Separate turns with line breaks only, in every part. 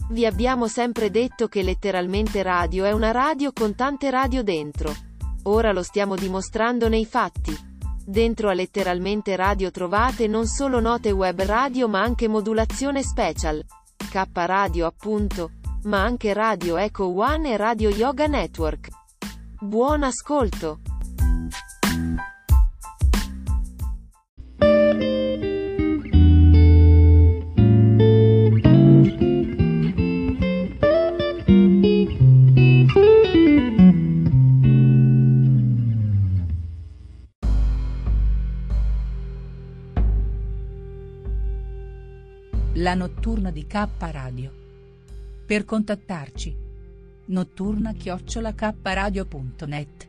Vi abbiamo sempre detto che Letteralmente Radio è una radio con tante radio dentro. Ora lo stiamo dimostrando nei fatti. Dentro a Letteralmente Radio trovate non solo note web radio ma anche modulazione special. K Radio appunto. Ma anche Radio Echo One e Radio Yoga Network. Buon ascolto!
La notturna di K Radio. Per contattarci: notturna@kradio.net.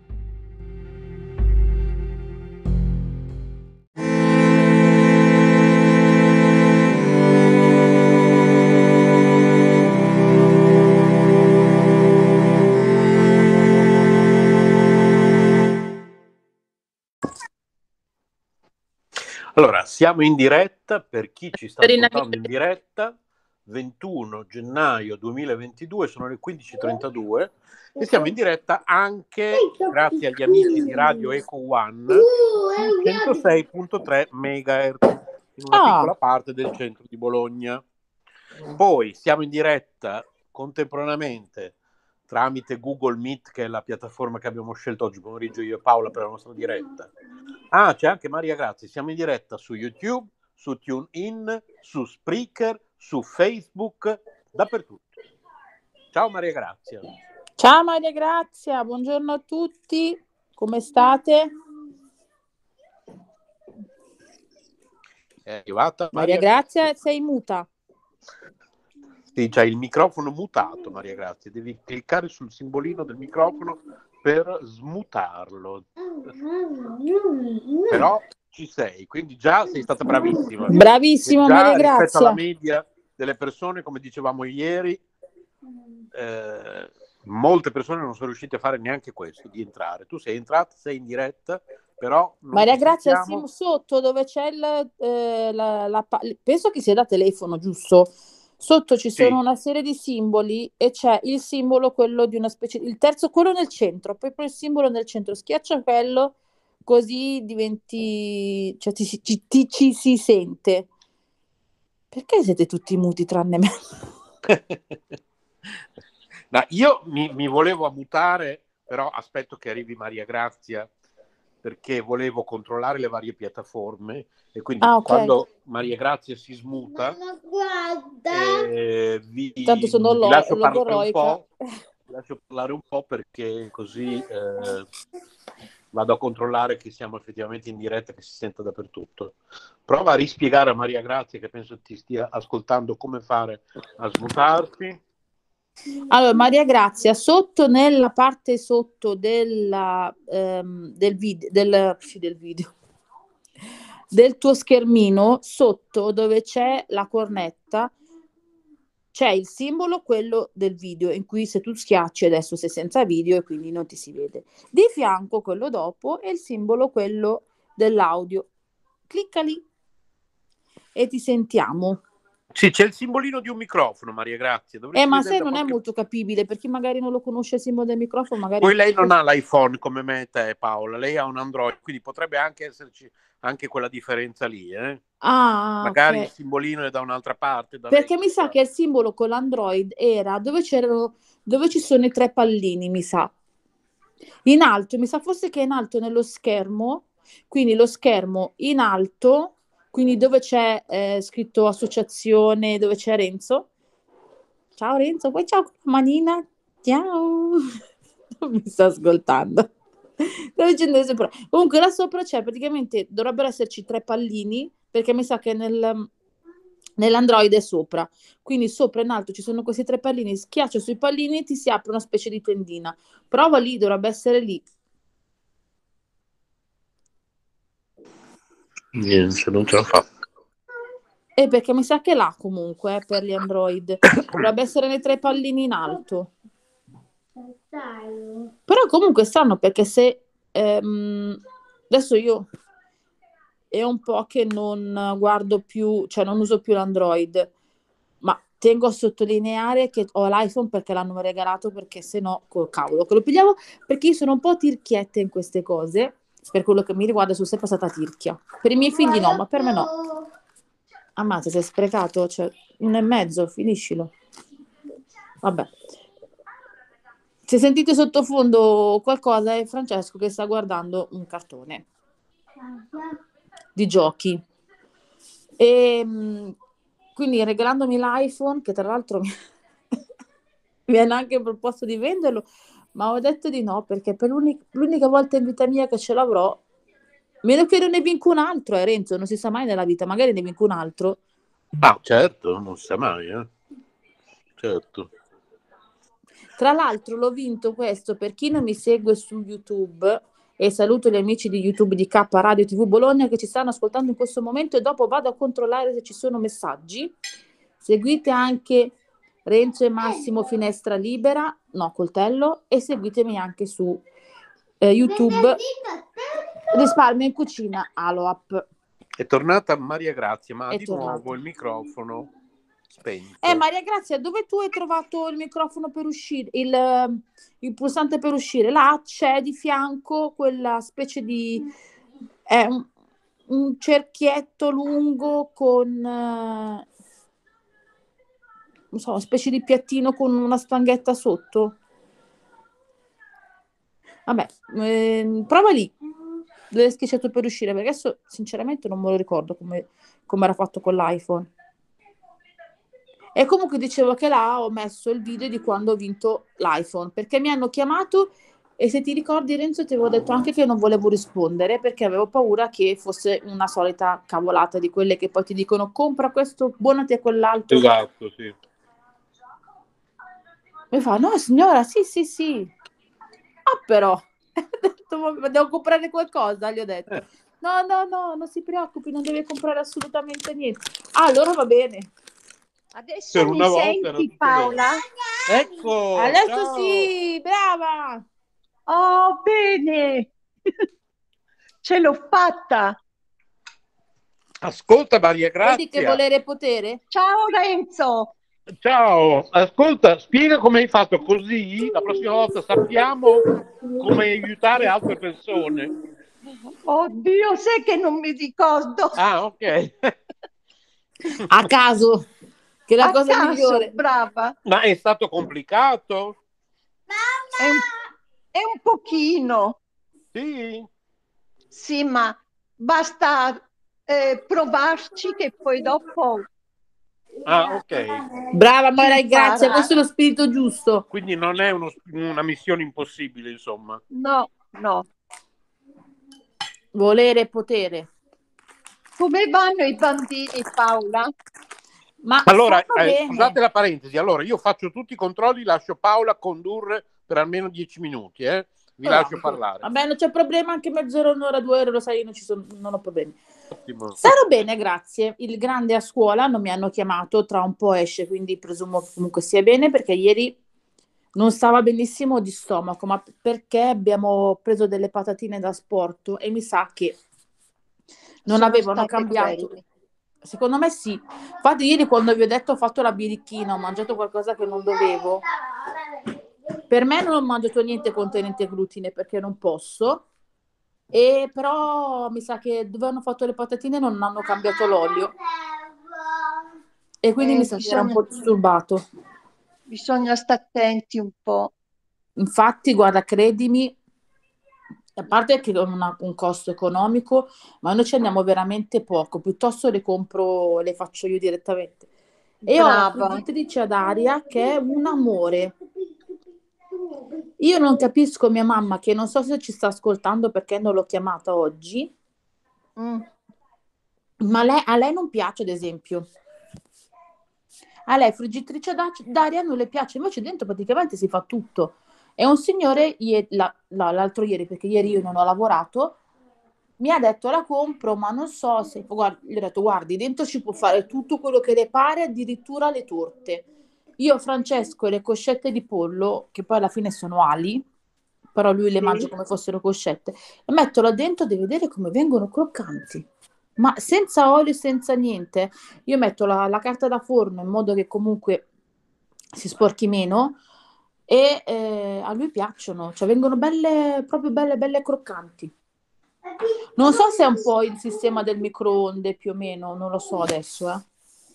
Allora, siamo in diretta per chi ci sta ascoltando in diretta, 21 gennaio 2022, sono le 15:32 e siamo in diretta anche grazie agli amici di Radio Echo One su 106.3 MHz in una piccola parte del centro di Bologna. Poi siamo in diretta contemporaneamente tramite Google Meet, che è la piattaforma che abbiamo scelto oggi pomeriggio io e Paola per la nostra diretta. C'è anche Maria Grazia, siamo in diretta su YouTube, su TuneIn, su Spreaker, su Facebook, dappertutto. Ciao Maria Grazia.
Ciao Maria Grazia, buongiorno a tutti, come state?
È arrivata
Maria Grazia, sei muta.
Sì, c'hai il microfono mutato, Maria Grazia, devi cliccare sul simbolino del microfono per smutarlo. Però ci sei, quindi già sei stata bravissima.
Bravissima
già,
Maria
rispetto
Grazia.
alla media delle persone, come dicevamo ieri, molte persone non sono riuscite a fare neanche questo, di entrare. Tu sei entrata, sei in diretta, però non
Maria
ti
Grazia,
sentiamo.
sotto dove c'è penso che sia da telefono, giusto? Sotto ci sono una serie di simboli e c'è il simbolo, quello di una specie, il terzo, quello nel centro, poi il simbolo nel centro, schiaccia quello, così diventi, cioè ci si sente. Perché siete tutti muti tranne me?
No, io mi volevo mutare, però aspetto che arrivi Maria Grazia, perché volevo controllare le varie piattaforme e quindi quando Maria Grazia si smuta vi lascio parlare un po' perché così vado a controllare che siamo effettivamente in diretta, che si senta dappertutto. Prova a rispiegare a Maria Grazia, che penso ti stia ascoltando, come fare a smutarti.
Allora, Maria Grazia, sotto nella parte sotto del video, del tuo schermino, sotto dove c'è la cornetta, c'è il simbolo, quello del video, in cui se tu schiacci adesso sei senza video e quindi non ti si vede. Di fianco quello dopo è il simbolo, quello dell'audio. Clicca lì e ti sentiamo.
Sì, c'è il simbolino di un microfono, Maria Grazia.
Ma se non è molto capibile, per chi magari non lo conosce il simbolo del microfono, magari...
Poi lei non ha l'iPhone come me e te, Paola, lei ha un Android, quindi potrebbe anche esserci anche quella differenza lì, magari il simbolino è da un'altra parte.
Perché mi sa che il simbolo con l'Android era dove ci sono i tre pallini, mi sa. In alto, mi sa forse che è in alto nello schermo, quindi lo schermo in alto, quindi dove c'è scritto associazione, dove c'è Renzo. Ciao Renzo, poi ciao manina, ciao. Non mi sta ascoltando. Sto dicendo sempre. Comunque là sopra c'è praticamente, dovrebbero esserci tre pallini, perché mi sa che nell'Android è sopra. Quindi sopra in alto ci sono questi tre pallini, schiaccia sui pallini e ti si apre una specie di tendina. Prova lì, dovrebbe essere lì.
Niente, non ce la fa.
Perché mi sa che là comunque per gli Android dovrebbe essere nei tre pallini in alto. Però comunque strano, perché se adesso io è un po' che non guardo più, cioè non uso più l'Android, ma tengo a sottolineare che ho l'iPhone perché l'hanno regalato, perché se no, col cavolo, che lo pigliavo, perché io sono un po' tirchietta in queste cose, per quello che mi riguarda sono sempre stata tirchia. Per i miei figli no, ma per me no. Ammazza, sei sprecato, cioè, 1,5, finiscilo. Vabbè. Se sentite sottofondo qualcosa è Francesco che sta guardando un cartone di giochi. E quindi regalandomi l'iPhone, che tra l'altro mi hanno anche proposto di venderlo, ma ho detto di no, perché per l'unica volta in vita mia che ce l'avrò, meno che non ne vinco un altro, Renzo, non si sa mai nella vita, magari ne vinco un altro.
Ah, certo, non si sa mai, certo.
Tra l'altro l'ho vinto questo, per chi non mi segue su YouTube, e saluto gli amici di YouTube di K Radio TV Bologna che ci stanno ascoltando in questo momento, e dopo vado a controllare se ci sono messaggi. Seguite anche Renzo e Massimo Finestra Libera, no, coltello, e seguitemi anche su YouTube Risparmio in Cucina Aloap.
È tornata Maria Grazia, ma
È
di
tornata.
nuovo il microfono spento.
Maria Grazia, dove tu hai trovato il microfono per uscire, il pulsante per uscire? Là c'è di fianco quella specie di... è un cerchietto lungo con... non so, una specie di piattino con una stanghetta sotto. Vabbè, prova lì dove è schiacciato per uscire, perché adesso sinceramente non me lo ricordo come era fatto con l'iPhone. E comunque dicevo che là ho messo il video di quando ho vinto l'iPhone, perché mi hanno chiamato, e se ti ricordi Renzo ti avevo detto anche che non volevo rispondere perché avevo paura che fosse una solita cavolata di quelle che poi ti dicono compra questo, buonati a quell'altro.
Esatto, sì.
Mi fa, no signora, sì. Ah però, devo comprare qualcosa, gli ho detto. No, non si preoccupi, non deve comprare assolutamente niente. Ah, allora va bene.
Adesso mi senti, Paola?
Ecco,
adesso
ciao.
Sì, brava.
Oh, bene. Ce l'ho fatta.
Ascolta Maria Grazia.
Vedi che volere e potere?
Ciao Renzo.
Ciao, ascolta, spiega come hai fatto, così la prossima volta sappiamo come aiutare altre persone.
Oddio, sai che non mi ricordo.
Ah, ok.
A caso, che è la
A
cosa
caso,
migliore.
brava.
Ma è stato complicato?
È un pochino.
Sì.
Sì, ma basta provarci che poi dopo...
Ah, ok.
Brava Maria
Impara.
Grazia, questo è lo spirito giusto.
Quindi non è una missione impossibile, insomma.
No.
Volere e potere.
Come vanno i bambini, Paola?
Ma
Allora,
stanno bene.
scusate la parentesi, allora io faccio tutti i controlli, lascio Paola condurre per almeno 10 minuti, vi lascio parlare.
Vabbè, non c'è problema, anche mezz'ora, un'ora, 2 ore, lo sai, non ho problemi.
Ottimo.
Stanno bene, grazie. Il grande a scuola non mi hanno chiamato, tra un po' esce, quindi presumo che comunque sia bene, perché ieri non stava benissimo di stomaco, ma perché abbiamo preso delle patatine da sport e mi sa che non
Sono
avevano
state
cambiato.
quelle.
Secondo me sì. Infatti ieri quando vi ho detto ho fatto la birichina, ho mangiato qualcosa che non dovevo. Per me non ho mangiato niente contenente glutine perché non posso. E però mi sa che dove hanno fatto le patatine non hanno cambiato l'olio. E quindi mi sa che era un po' disturbato.
Bisogna stare attenti un po'.
Infatti, guarda, credimi, a parte che non ha un costo economico, ma noi ci andiamo veramente poco, piuttosto le compro, le faccio io direttamente. E ho la
Brava.
friggitrice ad aria che è un amore. Io non capisco mia mamma, che non so se ci sta ascoltando perché non l'ho chiamata oggi, ma a lei non piace, ad esempio. A lei friggitrice d'aria non le piace, invece dentro praticamente si fa tutto. E un signore, l'altro ieri, perché ieri io non ho lavorato, mi ha detto la compro, ma non so se... Gli ho detto, guardi, dentro ci può fare tutto quello che le pare, addirittura le torte. Io, Francesco, le coscette di pollo, che poi alla fine sono ali, però lui le mangia come fossero coscette, le metto là dentro, devi vedere come vengono croccanti. ma senza olio, senza niente. Io metto la carta da forno in modo che comunque si sporchi meno e a lui piacciono, cioè vengono belle, proprio belle, belle croccanti. Non so se è un po' il sistema del microonde più o meno, non lo so adesso, eh.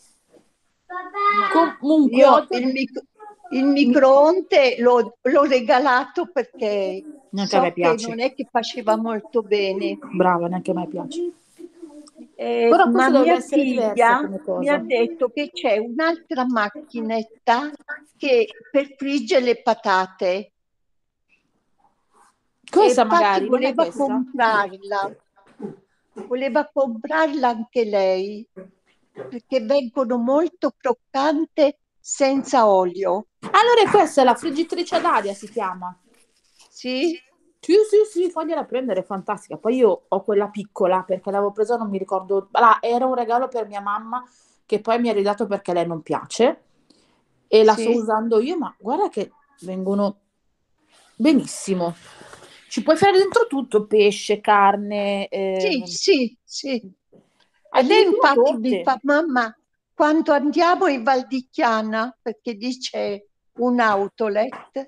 Comunque
Io il microonde l'ho regalato perché
neanche a me
so che
piace.
non è che faceva molto bene.
Brava, neanche a me piace. Però
Ma
questo dovrebbe
mia
essere diverso
figlia
come
mi ha
cosa.
detto che c'è un'altra macchinetta che per friggere le patate e
Questa
infatti
magari, non è questa?
voleva comprarla anche lei perché vengono molto croccante senza olio.
Allora questa è la friggitrice ad aria, si chiama.
Sì?
Sì, sì, sì, fagliela prendere, è fantastica. Poi io ho quella piccola perché l'avevo presa, non mi ricordo. Allora, era un regalo per mia mamma che poi mi ha ridato perché a lei non piace e la sto
Sì?
usando io, ma guarda che vengono benissimo. Ci puoi fare dentro tutto, pesce, carne,
Sì, sì, sì. E lei
addirittura
infatti mi
torte.
fa, mamma, quando andiamo in Val di Chiana, perché lì c'è un outlet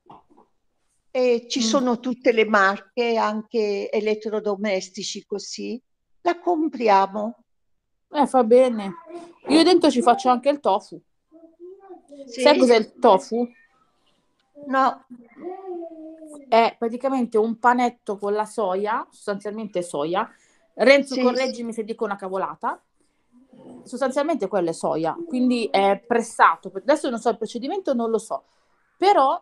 e ci
Mm.
sono tutte le marche, anche elettrodomestici così, la compriamo.
Fa bene. Io dentro ci faccio anche il tofu. Sai
Sì?
cos'è il tofu?
No,
È praticamente un panetto con la soia, sostanzialmente soia. Renzo,
sì,
correggimi se dico una cavolata. Sostanzialmente quello è soia, quindi è pressato. Adesso non so il procedimento, non lo so. Però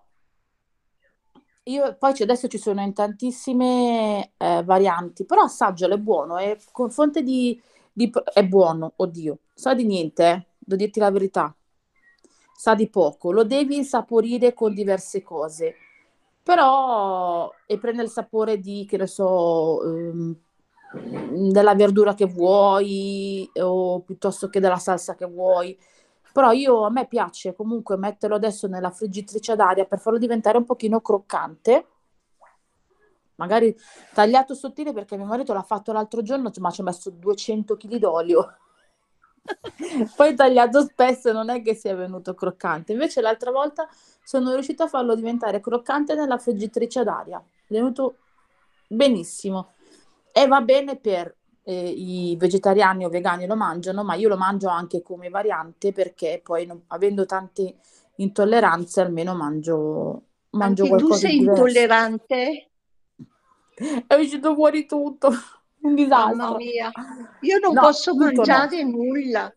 adesso ci sono in tantissime varianti, però assaggialo, è buono, è con fonte è buono, oddio, sa di niente, devo dirti la verità, sa di poco, lo devi insaporire con diverse cose, però e prende il sapore di, che ne so, della verdura che vuoi o piuttosto che della salsa che vuoi. Però a me piace comunque metterlo adesso nella friggitrice ad aria per farlo diventare un pochino croccante, magari tagliato sottile perché mio marito l'ha fatto l'altro giorno, ma ci ha messo 200 kg d'olio. Poi tagliato spesso non è che sia venuto croccante. Invece l'altra volta sono riuscita a farlo diventare croccante nella friggitrice ad aria. È venuto benissimo. E va bene per i vegetariani o vegani lo mangiano, ma io lo mangio anche come variante perché poi avendo tante intolleranze almeno mangio
anche tu
qualcosa di
sei
diverso.
intollerante?
È uscito fuori tutto, un
Mamma
disastro.
mia, io non
No,
posso
tutto no.
mangiare nulla.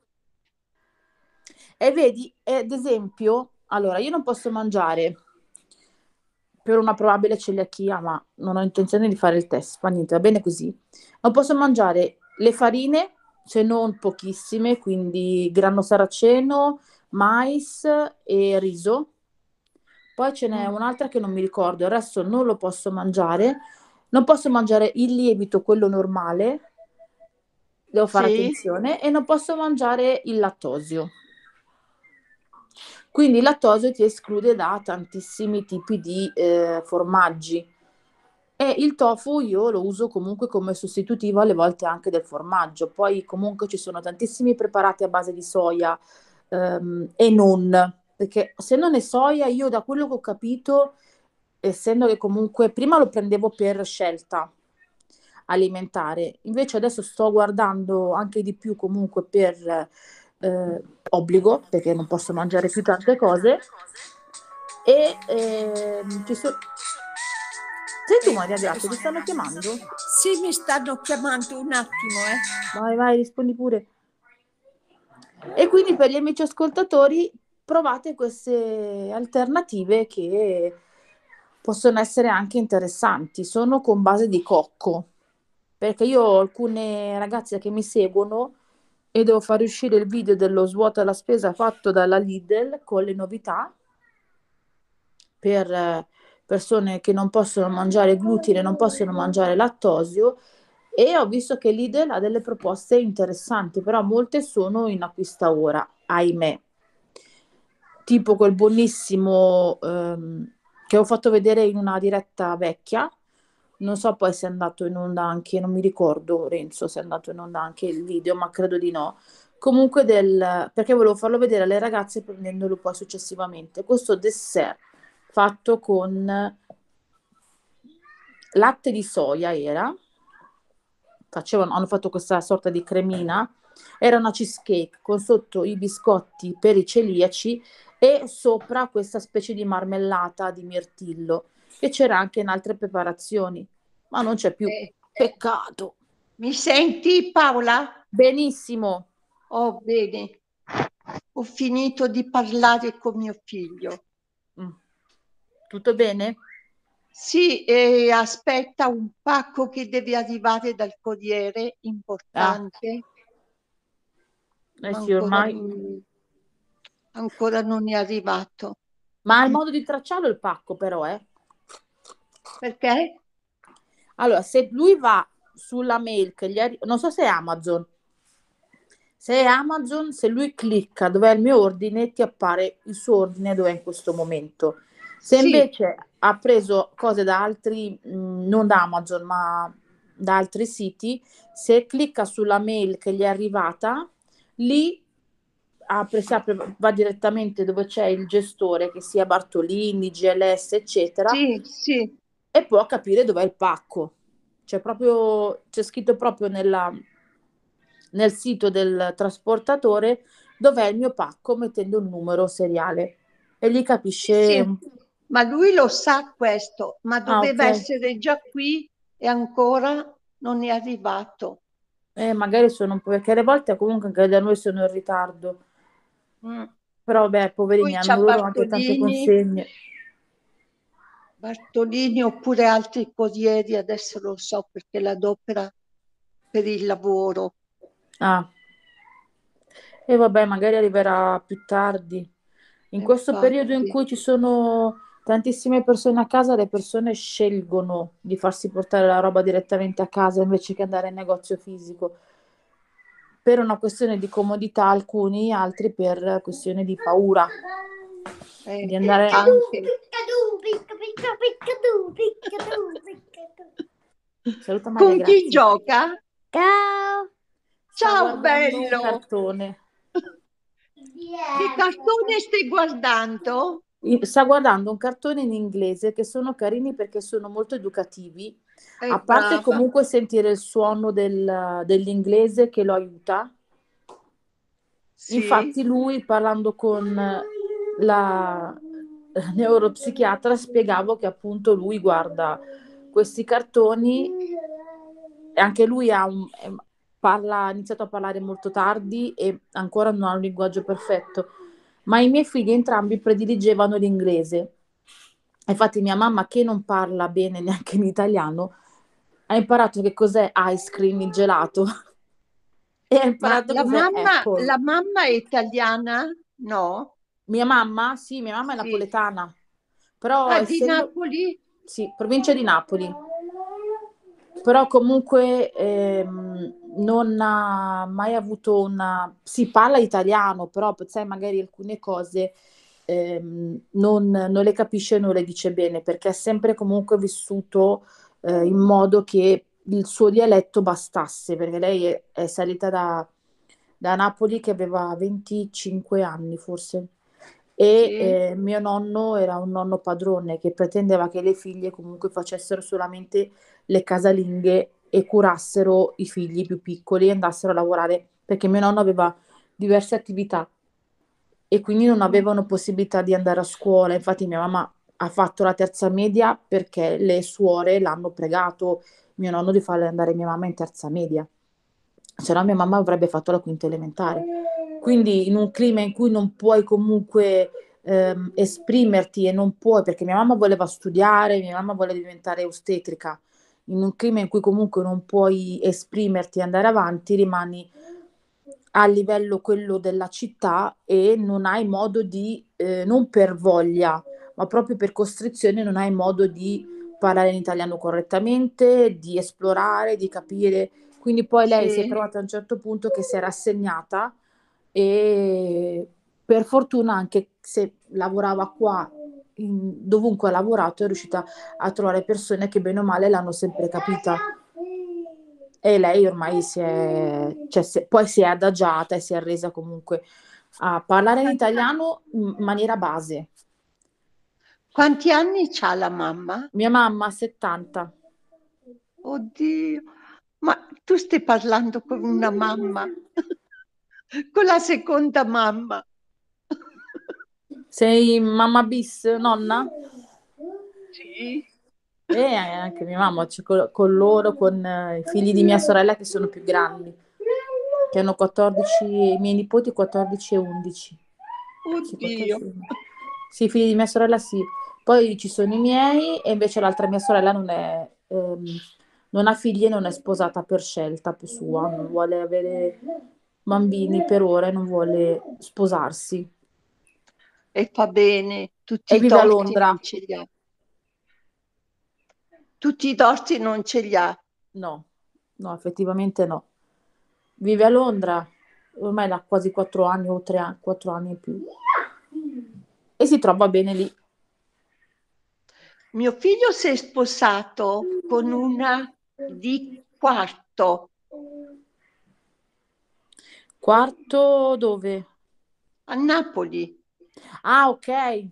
E vedi, ad esempio, allora io non posso mangiare per una probabile celiachia, ma non ho intenzione di fare il test, fa niente, va bene così. Non posso mangiare le farine, se non pochissime, quindi grano saraceno, mais e riso. Poi ce n'è
Mm,
un'altra che non mi ricordo, il resto non lo posso mangiare. Non posso mangiare il lievito, quello normale, devo fare
sì,
attenzione, e non posso mangiare il lattosio. Quindi il lattosio ti esclude da tantissimi tipi di formaggi. E il tofu io lo uso comunque come sostitutivo alle volte anche del formaggio. Poi comunque ci sono tantissimi preparati a base di soia e non, perché se non è soia, io da quello che ho capito, essendo che comunque prima lo prendevo per scelta alimentare, invece adesso sto guardando anche di più comunque per obbligo, perché non posso mangiare più tante cose. E ci sono. Sei tu Maria Grazia, ti stanno chiamando?
sì, mi stanno chiamando un attimo,
Vai, vai, rispondi pure. E quindi per gli amici ascoltatori provate queste alternative che possono essere anche interessanti. Sono con base di cocco, perché io ho alcune ragazze che mi seguono e devo far uscire il video dello svuota la spesa fatto dalla Lidl con le novità per persone che non possono mangiare glutine, non possono mangiare lattosio e ho visto che Lidl ha delle proposte interessanti, però molte sono in acquista ora, ahimè. Tipo quel buonissimo che ho fatto vedere in una diretta vecchia, Non so poi se è andato in onda anche, non mi ricordo Renzo se è andato in onda anche il video, ma credo di no. Comunque perché volevo farlo vedere alle ragazze prendendolo poi successivamente. Questo dessert fatto con latte di soia hanno fatto questa sorta di cremina, era una cheesecake con sotto i biscotti per i celiaci e sopra questa specie di marmellata di mirtillo, che c'era anche in altre preparazioni, ma non c'è più. Peccato.
Mi senti, Paola?
Benissimo.
Oh, bene. Ho finito di parlare con mio figlio.
Tutto bene?
Sì, aspetta un pacco che deve arrivare dal corriere, importante.
Sì, ormai.
Ancora non è arrivato.
Ma ha il modo di tracciarlo il pacco, però,
Perché?
Allora, se lui va sulla mail che non so se è Amazon. Se è Amazon, se lui clicca dov'è il mio ordine, ti appare il suo ordine dov'è in questo momento. Se invece ha preso cose da altri, non da Amazon, ma da altri siti, se clicca sulla mail che gli è arrivata, lì va direttamente dove c'è il gestore, che sia Bartolini, GLS, eccetera,
sì.
E può capire dov'è il pacco. C'è scritto proprio nel sito del trasportatore dov'è il mio pacco, mettendo il numero seriale e gli capisce.
Sì, ma lui lo sa questo, ma doveva essere già qui e ancora non è arrivato.
Magari sono un po', perché alle volte comunque anche da noi sono in ritardo. Però beh, poverini, hanno loro anche tante consegne.
Bartolini oppure altri corrieri, adesso lo so perché l'adopera per il lavoro.
E vabbè, magari arriverà più tardi. In questo periodo in cui ci sono tantissime persone a casa, le persone scelgono di farsi portare la roba direttamente a casa invece che andare in negozio fisico. Per una questione di comodità alcuni, altri per questione di paura. Di andare
anche.
Saluta Maria,
con
grazie.
chi gioca?
Ciao.
Ciao bello.
Un cartone.
Che cartone stai guardando?
Sta guardando un cartone in inglese che sono carini perché sono molto educativi, a parte comunque sentire il suono dell'inglese che lo aiuta. Sì. Infatti lui, parlando con la neuropsichiatra, spiegavo che appunto lui guarda questi cartoni e anche lui ha iniziato a parlare molto tardi e ancora non ha un linguaggio perfetto, ma i miei figli entrambi prediligevano l'inglese. Infatti mia mamma, che non parla bene neanche in italiano, ha imparato che cos'è ice cream, il gelato. E ha imparato
la
cos'è
mamma è italiana? No?
Mia mamma? Sì, mia mamma è napoletana. Però
di Napoli?
Sì, provincia di Napoli. Però comunque non ha mai avuto si parla italiano, però sai magari alcune cose non le capisce e non le dice bene, perché ha sempre comunque vissuto in modo che il suo dialetto bastasse, perché lei è salita da Napoli che aveva 25 anni forse. E mio nonno era un nonno padrone che pretendeva che le figlie comunque facessero solamente le casalinghe e curassero i figli più piccoli e andassero a lavorare, perché mio nonno aveva diverse attività e quindi non avevano possibilità di andare a scuola. Infatti mia mamma ha fatto la terza media perché le suore l'hanno pregato mio nonno di farle andare mia mamma in terza media, se no mia mamma avrebbe fatto la quinta elementare. Quindi in un clima in cui non puoi comunque esprimerti e non puoi, perché mia mamma voleva studiare, mia mamma vuole diventare ostetrica, in un clima in cui comunque non puoi esprimerti e andare avanti, rimani a livello quello della città e non hai modo di, non per voglia, ma proprio per costrizione, non hai modo di parlare in italiano correttamente, di esplorare, di capire. Quindi poi lei si è trovata a un certo punto che si è rassegnata e per fortuna, anche se lavorava qua dovunque ha lavorato è riuscita a trovare persone che bene o male l'hanno sempre capita. E lei ormai poi si è adagiata e si è resa comunque a parlare l'italiano in maniera base.
Quanti anni c'ha la mamma?
Mia mamma ha 70.
Oddio, ma tu stai parlando con una mamma, con la seconda mamma.
Sei mamma bis, nonna?
Sì.
E anche mia mamma, cioè, con loro, con i figli di mia sorella che sono più grandi, che hanno 14, i miei nipoti 14 e 11. Sì, 14
Oddio.
e 11. Sì, i figli di mia sorella sì. Poi ci sono i miei e invece l'altra mia sorella non ha figli e non è sposata per scelta più sua, non vuole avere bambini per ora e non vuole sposarsi.
E fa bene, tutti
E
i
vive a
torti
Londra.
non ce li ha. Tutti i torti non ce li ha.
No, no, effettivamente no. Vive a Londra, ormai da quasi 4 anni o 3 anni, 4 anni in più. E si trova bene lì.
Mio figlio si è sposato con una di Quarto,
Quarto dove?
a Napoli.
Ah, ok.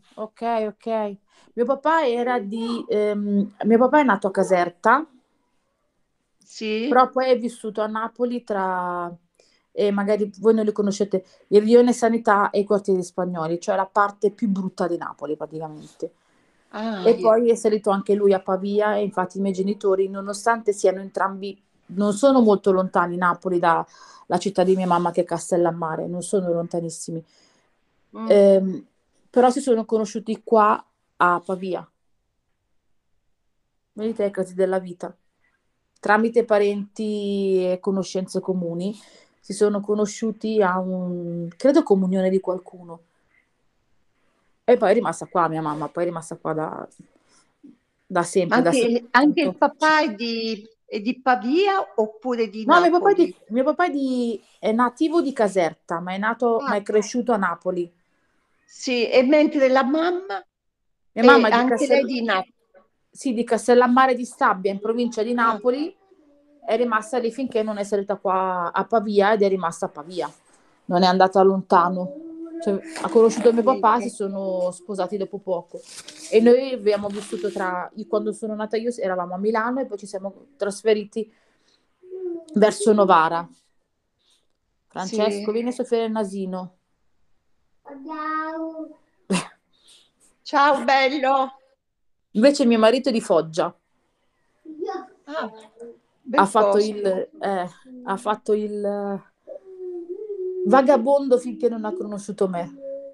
Mio papà mio papà è nato a Caserta,
Sì?
però poi è vissuto a Napoli e magari voi non li conoscete, il Rione Sanità e i quartieri spagnoli, cioè la parte più brutta di Napoli praticamente.
Ah,
E poi è salito anche lui a Pavia e infatti i miei genitori, nonostante siano entrambi, non sono molto lontani Napoli dalla città di mia mamma che è Castellammare, non sono lontanissimi.
mm.
Ehm, Però si sono conosciuti qua a Pavia. Vedete i casi della vita. Tramite parenti e conoscenze comuni si sono conosciuti credo comunione di qualcuno. E poi è rimasta qua mia mamma, poi è rimasta qua da sempre, da
Anche
70.
il papà è di Pavia oppure di
No,
Napoli?
è nativo di Caserta, ma
Ah,
è cresciuto a Napoli.
sì, e mentre la mamma
Mia
è
mamma è
anche lei di Napoli.
sì, di Castellammare di Stabia, in provincia di
Ah,
Napoli, è rimasta lì finché non è salita qua a Pavia ed è rimasta a Pavia. Non è andata lontano. Cioè, ha conosciuto mio
sì,
papà, si sono sposati dopo poco. E noi abbiamo vissuto quando sono nata io eravamo a Milano e poi ci siamo trasferiti verso Novara. Francesco,
sì.
vieni a soffiare il nasino.
Ciao bello.
Invece mio marito è di Foggia.
Ah,
Ha
bel
fatto
posto.
ha fatto il vagabondo finché non ha conosciuto me.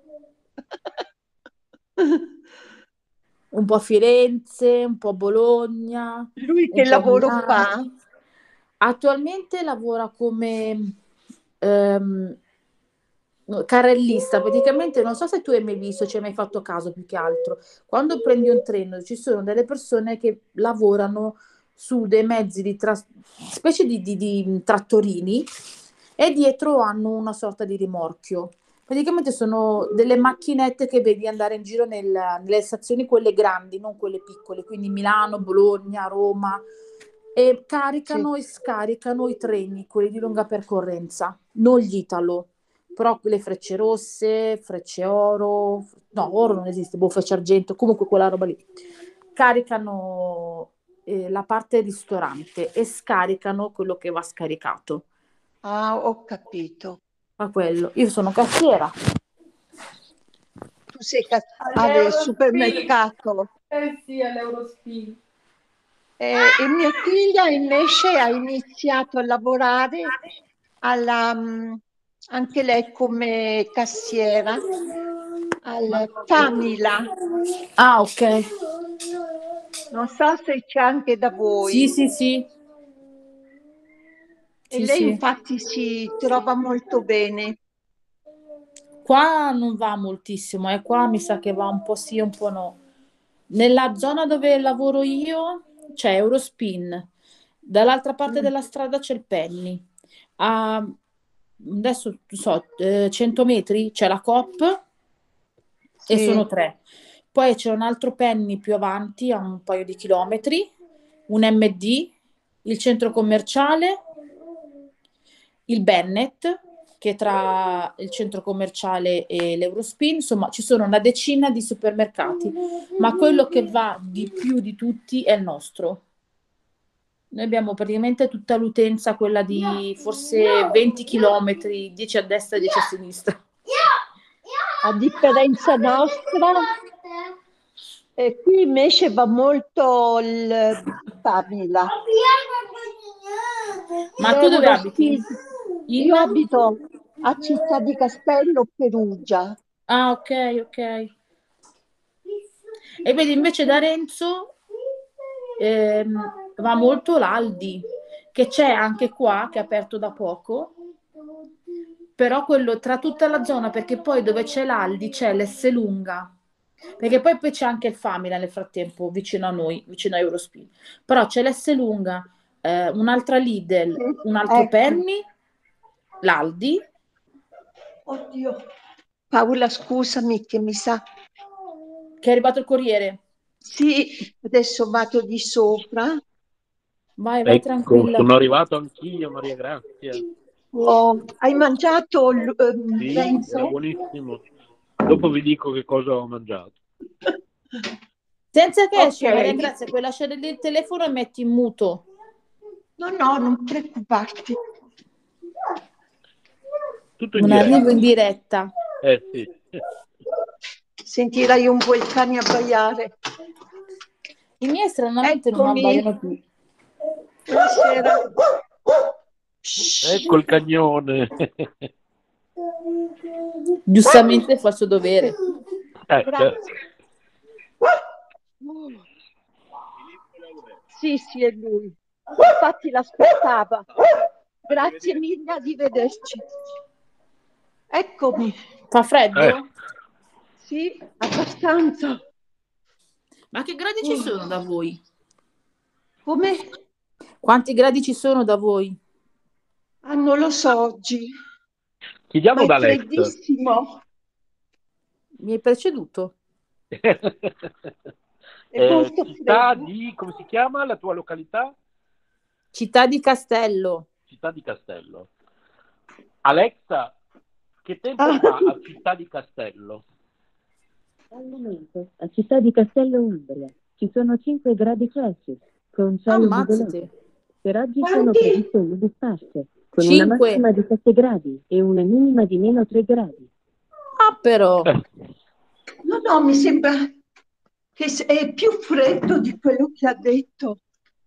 Un po' a Firenze, un po' a Bologna,
Lui
un
che
po' a
lavoro
Milano.
fa?
Attualmente lavora come ehm, carrellista, praticamente non so se tu hai mai visto, ci hai mai fatto caso più che altro. Quando prendi un treno ci sono delle persone che lavorano su dei mezzi specie di trattorini e dietro hanno una sorta di rimorchio. Praticamente sono delle macchinette che vedi andare in giro nelle stazioni, quelle grandi, non quelle piccole, quindi Milano, Bologna, Roma, e
Sì.
caricano e scaricano i treni, quelli di lunga percorrenza, non gli Italo, però le frecce rosse, frecce oro, no, oro non esiste, frecce argento, comunque quella roba lì. Caricano la parte ristorante e scaricano quello che va scaricato.
Ah, ho capito.
Ma quello. Io sono cassiera.
Tu sei al
All'Eurospin.
supermercato.
Sì, all'Eurospin.
E mia figlia invece ha iniziato a lavorare anche lei come cassiera al Famila.
Ah, ok.
Non so se c'è anche da
Sì,
voi.
sì, sì.
E
Sì,
lei
sì.
infatti si trova molto bene.
Qua non va moltissimo, qua mi sa che va un po' sì, un po' no. Nella zona dove lavoro io c'è Eurospin, dall'altra parte
Mm,
della strada c'è il Penny. Adesso non so, 100 metri c'è la Coop e sono
sì,
3. Poi c'è un altro Penny più avanti, a un paio di chilometri, un MD, il centro commerciale, il Bennett, che è tra il centro commerciale e l'Eurospin, insomma ci sono una decina di supermercati, ma quello che va di più di tutti è il nostro. Noi abbiamo praticamente tutta l'utenza, quella di forse 20 chilometri, 10 a destra e 10 a sinistra.
A differenza nostra, qui invece va molto il Famila.
Ma tu dove abiti?
Io abito a Città di Castello, Perugia.
Ah, ok. E vedi, invece da Renzo va molto l'Aldi, che c'è anche qua, che è aperto da poco, però quello tra tutta la zona, perché poi dove c'è l'Aldi c'è l'Esselunga, perché poi c'è anche il Famila nel frattempo, vicino a noi, vicino a Eurospin, però c'è l'Esselunga, un'altra Lidl, un altro Penny, l'Aldi.
Oddio, Paola, scusami che mi sa
che è arrivato il corriere.
Sì, adesso vado di sopra.
Vai
Ecco,
tranquilla.
sono arrivato anch'io, Maria Grazia.
Hai mangiato
Sì,
Renzo?
era buonissimo. Dopo vi dico che cosa ho mangiato.
Senza che esci,
Ok.
Maria Grazia, puoi lasciare lì il telefono e metti in muto.
No, non preoccuparti.
Tutto in
Non
diretta.
arrivo in diretta.
Sì.
Sentirai un po' il cane abbaiare.
I miei stranamente non abbaiano più.
Buonasera.
Ecco il cagnone.
Giustamente fa il suo dovere.
Certo.
Sì, è lui. Infatti l'aspettava. Grazie mille, arrivederci. Eccomi.
Fa freddo?
Sì, abbastanza.
Ma che gradi ci sono da voi?
Come?
Quanti gradi ci sono da voi?
Ah, non lo so oggi.
Chiediamo
Ma
da
è
Alex.
freddissimo.
Mi hai preceduto.
È molto
Città
freddo.
di, come si chiama la tua località?
Città di Castello.
Città di Castello. Alexa, che tempo fa a Città di Castello?
Al momento, a Città di Castello Umbria, ci sono 5 gradi Celsius, con cielo nuvoloso. Per oggi sono previste nubi sparse, con una massima di 7 gradi e una minima di meno 3 gradi.
Ah, però.
No, mi sembra che è più freddo di quello che ha detto.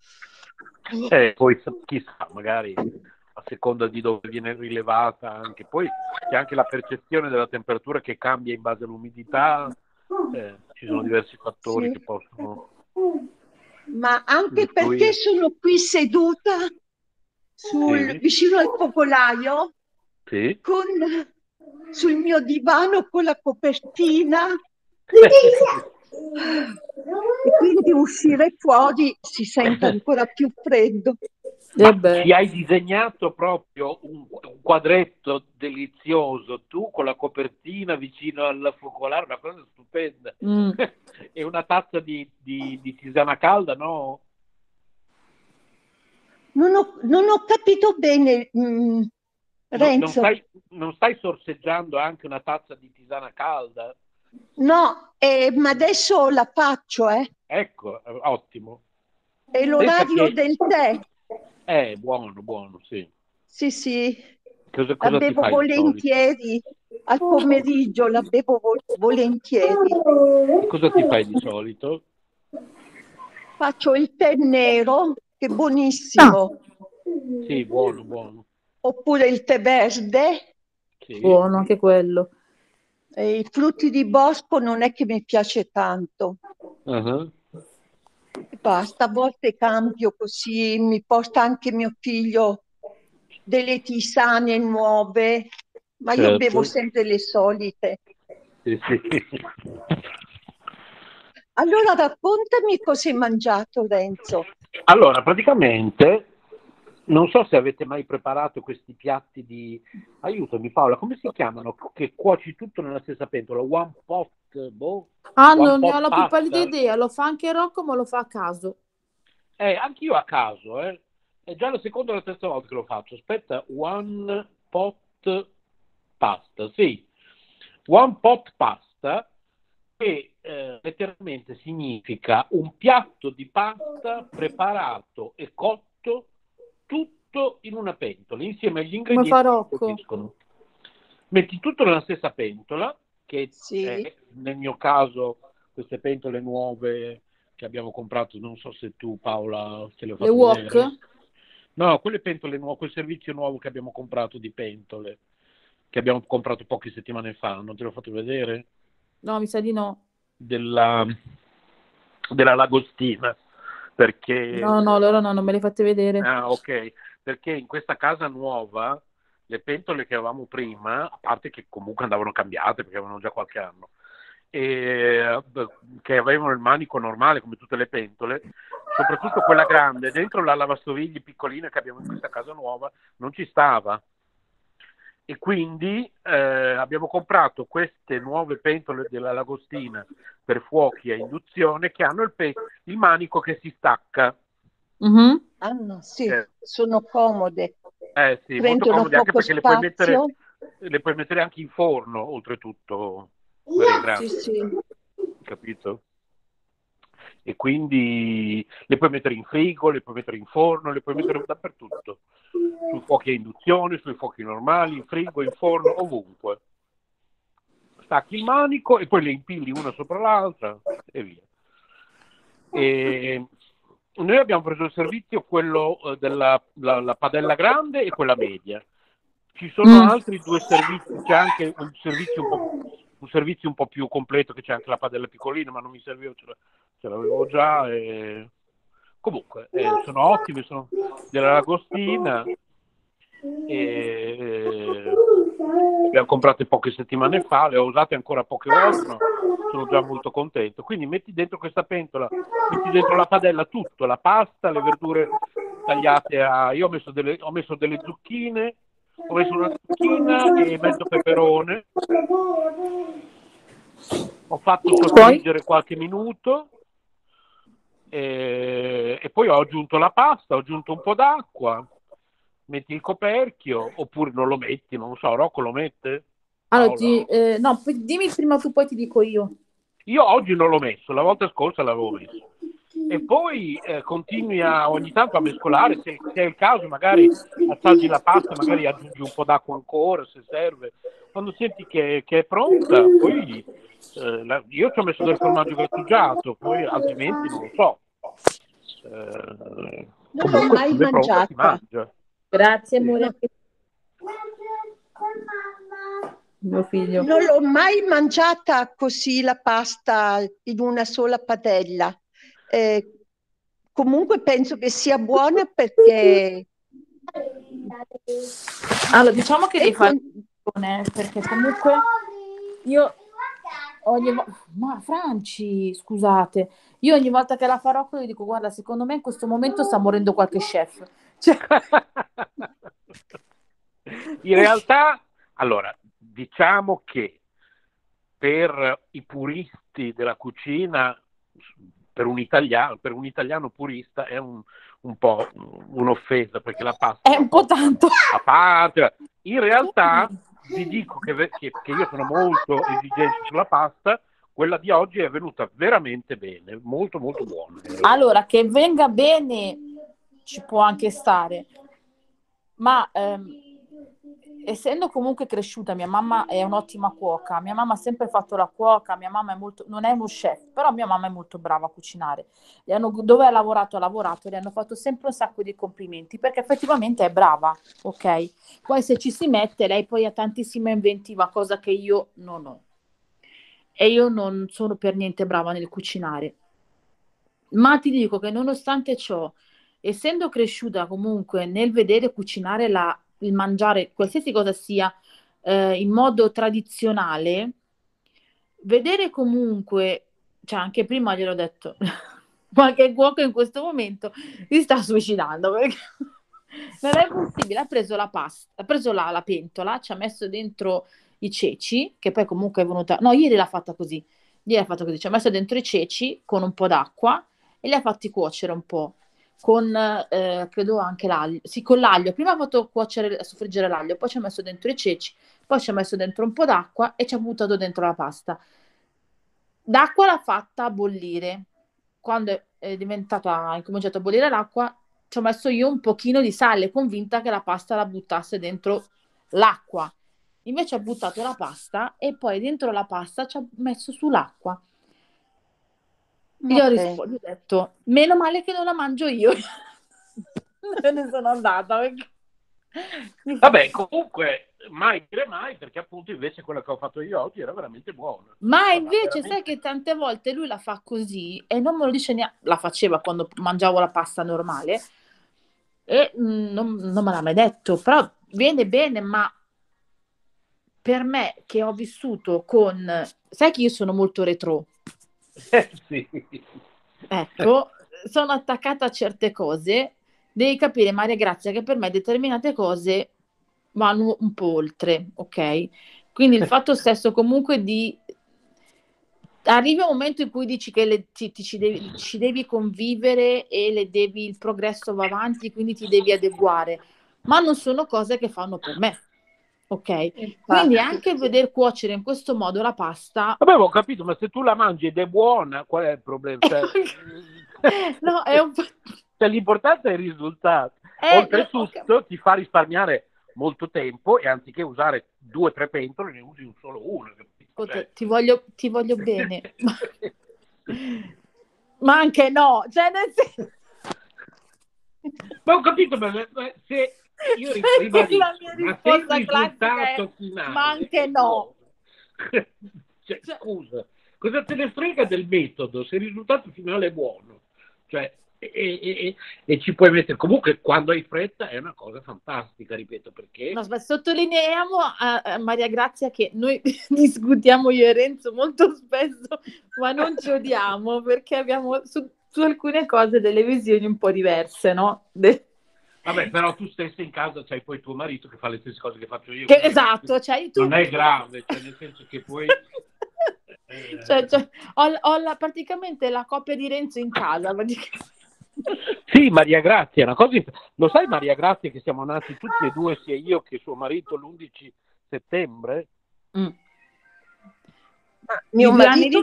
Poi chissà, magari a seconda di dove viene rilevata anche. Poi c'è anche la percezione della temperatura che cambia in base all'umidità. Ci sono diversi fattori che possono...
Ma anche perché sono qui seduta vicino al focolaio sul mio divano con la copertina e quindi uscire fuori si sente ancora più freddo.
Ci hai disegnato proprio un quadretto delizioso, tu con la copertina vicino al focolare, una cosa stupenda. E una tazza di tisana calda, no?
Non ho capito bene, Renzo.
Non stai sorseggiando anche una tazza di tisana calda?
No, ma adesso la faccio,
Ecco, ottimo.
È l'orario del tè.
Buono, sì.
Sì.
Cosa
la bevo volentieri. Al pomeriggio la bevo volentieri.
E cosa ti fai di solito?
Faccio il tè nero, che è buonissimo.
Sì, buono.
Oppure il tè verde.
Sì.
Buono anche quello.
I frutti di bosco non è che mi piace tanto. Basta, a volte cambio così, mi porta anche mio figlio delle tisane nuove, ma io bevo sempre le solite.
Sì.
Allora raccontami cosa hai mangiato, Renzo.
Allora, praticamente Non so se avete mai preparato questi piatti di... Aiutami Paola, come si chiamano? Che cuoci tutto nella stessa pentola? One pot, boh?
Non ne ho la più pallida idea, lo fa anche Rocco, ma lo fa a caso.
Anch'io a caso, È già la seconda o la terza volta che lo faccio. Aspetta, one pot pasta, sì. One pot pasta, che letteralmente significa un piatto di pasta preparato e cotto tutto in una pentola, insieme agli ingredienti che colpiscono. Metti tutto nella stessa pentola, che è, nel mio caso, queste pentole nuove che abbiamo comprato, non so se tu Paola te le ho fatte vedere.
Wok?
No, quelle pentole nuove, quel servizio nuovo che abbiamo comprato di pentole, che abbiamo comprato poche settimane fa, non te l'ho fatto vedere?
No, mi sa di no.
Della Lagostina, perché...
No, allora no, non me le fate vedere.
Ah, ok, perché in questa casa nuova le pentole che avevamo prima, a parte che comunque andavano cambiate perché avevano già qualche anno, e che avevano il manico normale come tutte le pentole, soprattutto quella grande, dentro la lavastoviglie piccolina che abbiamo in questa casa nuova, non ci stava. E quindi abbiamo comprato queste nuove pentole della Lagostina per fuochi a induzione che hanno il manico che si stacca.
Mm-hmm. Sì, sono comode.
Sì, molto comode, anche perché le puoi mettere anche in forno, oltretutto.
Sì.
Capito? E quindi le puoi mettere in frigo, le puoi mettere in forno, le puoi mettere dappertutto. Sui fuochi a induzione, sui fuochi normali, in frigo, in forno, ovunque. Stacchi il manico e poi le impilli una sopra l'altra e via. E noi abbiamo preso il servizio, quello della la padella grande e quella media. Ci sono altri due servizi, c'è anche un servizio un po' più completo, che c'è anche la padella piccolina, ma non mi serviva, ce l'avevo già. Comunque, sono ottime, sono della Lagostina. Le abbiamo comprate poche settimane fa, le ho usate ancora poche volte, ma sono già molto contento. Quindi metti dentro questa pentola, metti dentro la padella tutto, la pasta, le verdure tagliate io ho messo delle zucchine, ho messo una zucchina e mezzo peperone, ho fatto soffriggere qualche minuto e poi ho aggiunto la pasta, ho aggiunto un po' d'acqua. Metti il coperchio, oppure non lo metti, non so, Rocco lo mette?
Allora, no, dimmi prima tu, poi ti dico io.
Io oggi non l'ho messo, la volta scorsa l'avevo messo. E poi continui ogni tanto a mescolare, se è il caso magari assaggi la pasta, magari aggiungi un po' d'acqua ancora, se serve. Quando senti che è pronta, poi io ci ho messo del formaggio grattugiato, poi altrimenti non lo so.
Non l'ho mai mangiata.
Si mangia.
Grazie amore. Mio figlio.
Non l'ho mai mangiata così la pasta in una sola padella. Comunque penso che sia buona perché...
Allora, diciamo che devi fare perché comunque io ma Franci, scusate, io ogni volta che la farò io dico guarda, secondo me in questo momento sta morendo qualche chef.
In realtà, allora, diciamo che per i puristi della cucina, per un italiano purista è un po' un'offesa, perché la pasta
è un po' tanto
a parte. In realtà vi dico che io sono molto esigente sulla pasta. Quella di oggi è venuta veramente bene, molto molto buona.
Allora, che venga bene ci può anche stare, ma essendo comunque cresciuta, mia mamma è un'ottima cuoca, mia mamma ha sempre fatto la cuoca, mia mamma non è uno chef, però mia mamma è molto brava a cucinare. Dove ha lavorato, le hanno fatto sempre un sacco di complimenti, perché effettivamente è brava, ok? Poi se ci si mette, lei poi ha tantissima inventiva, cosa che io non ho. E io non sono per niente brava nel cucinare. Ma ti dico che nonostante ciò, essendo cresciuta comunque nel vedere cucinare il mangiare, qualsiasi cosa sia, in modo tradizionale, vedere comunque, cioè anche prima gliel'ho detto, qualche cuoco in questo momento si sta suicidando, perché Non è possibile, ha preso la pasta, ha preso la pentola, ci ha messo dentro i ceci, che poi comunque è venuta, no, ieri l'ha fatta così, ci ha messo dentro i ceci con un po' d'acqua e li ha fatti cuocere un po', con, credo anche l'aglio, sì, con l'aglio, prima ha fatto cuocere, soffriggere l'aglio, poi ci ha messo dentro i ceci, poi ci ha messo dentro un po' d'acqua e ci ha buttato dentro la pasta. D'acqua l'ha fatta bollire, quando è diventata, ha incominciato a bollire l'acqua, ci ho messo io un pochino di sale, convinta che la pasta la buttasse dentro l'acqua. Invece ha buttato la pasta e poi dentro la pasta ci ha messo sull'acqua. Io ho detto, meno male che non la mangio io. Me ne sono andata. Perché...
Vabbè, comunque, mai dire mai, perché appunto invece quella che ho fatto io oggi era veramente buona.
Ma invece sai che tante volte lui la fa così e non me lo dice neanche, la faceva quando mangiavo la pasta normale e non me l'ha mai detto, però viene bene, ma per me che ho vissuto con, sai che io sono molto retro,
sì.
Ecco, sono attaccata a certe cose, devi capire Maria Grazia che per me determinate cose vanno un po' oltre, ok? Quindi il fatto stesso comunque di arriva un momento in cui dici che ci devi convivere e il progresso va avanti, quindi ti devi adeguare, ma non sono cose che fanno per me, ok?
Infatti.
Quindi anche veder cuocere in questo modo la pasta...
Vabbè, ho capito, ma se tu la mangi ed è buona, qual è il problema? Cioè...
no, è un po'...
cioè, l'importante è il risultato. Oltretutto ti fa risparmiare molto tempo e anziché usare 2 o 3 pentole ne usi solo una. Cioè...
ti voglio bene, ma anche no, cioè nel senso...
Ma ho capito, ma se io ribadisco,
la mia risposta classica è
finale,
ma anche no.
Cioè, scusa, cosa te ne frega del metodo se il risultato finale è buono? Cioè, e ci puoi mettere comunque quando hai fretta è una cosa fantastica, ripeto, perché
no, sottolineiamo a Maria Grazia che noi discutiamo io e Renzo molto spesso, ma non ci odiamo perché abbiamo su alcune cose delle visioni un po' diverse, no?
Vabbè, però tu stessa in casa c'hai poi tuo marito che fa le stesse cose che faccio io.
Esatto, cioè, tu...
non è grave, cioè nel senso che poi
cioè, ho praticamente la coppia di Renzo in casa.
Sì, Maria Grazia, una cosa lo sai Maria Grazia che siamo nati tutti e due, sia io che suo marito, l'11 settembre?
Ma mio marito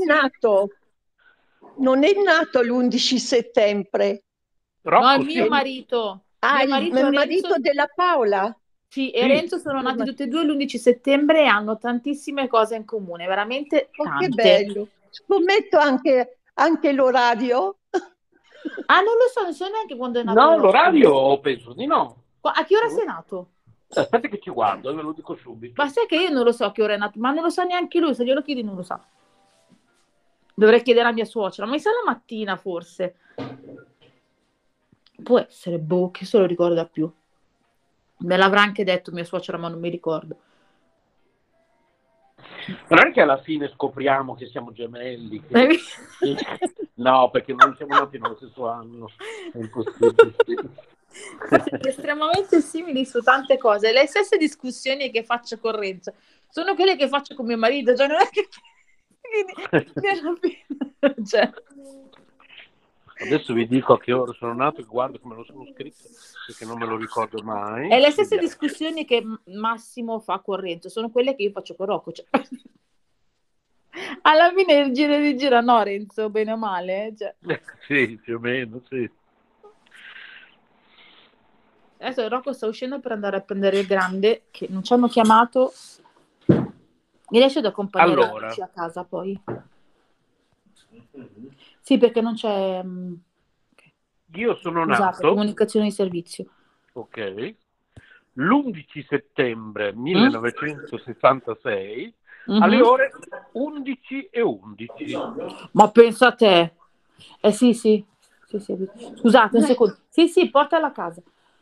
non è nato l'11 settembre.
Rocco,
no, il mio marito.
Il marito della Paola?
Sì, e Renzo sono nati tutti e due l'11 settembre e hanno tantissime cose in comune, veramente tante.
Che bello. Scommetto anche l'orario.
Ah, non lo so, non so neanche quando è nato.
No, l'orario penso di no.
A che ora sei nato?
Aspetta che ci guardo, ve lo dico subito.
Ma sai che io non lo so a che ora è nato, ma non lo sa neanche lui, se glielo chiedi non lo sa. Dovrei chiedere a mia suocera, ma mi sa la mattina forse. Può essere, che se lo ricorda più. Me l'avrà anche detto mia suocera, ma non mi ricordo.
Ma non è che alla fine scopriamo che siamo gemelli. No, perché non siamo nati nello stesso anno. È impossibile.
Estremamente simili su tante cose. Le stesse discussioni che faccio con Renzo sono quelle che faccio con mio marito. Cioè, non è che... cioè...
Adesso vi dico a che ora sono nato e guardo come lo sono scritto, perché non me lo ricordo mai.
E le stesse discussioni che Massimo fa con Renzo sono quelle che io faccio con Rocco. Cioè... Alla fine il giro di gira, no Renzo, bene o male? Cioè...
Sì, più o meno, sì.
Adesso Rocco sta uscendo per andare a prendere il grande, che non ci hanno chiamato. Mi riesce ad accompagnare a casa poi? Sì, perché non c'è...
Io sono nato...
comunicazione di servizio.
Ok. L'11 settembre 1966 alle ore 11:11.
Ma pensa a te. Sì. Scusate un secondo. Sì, portala a casa.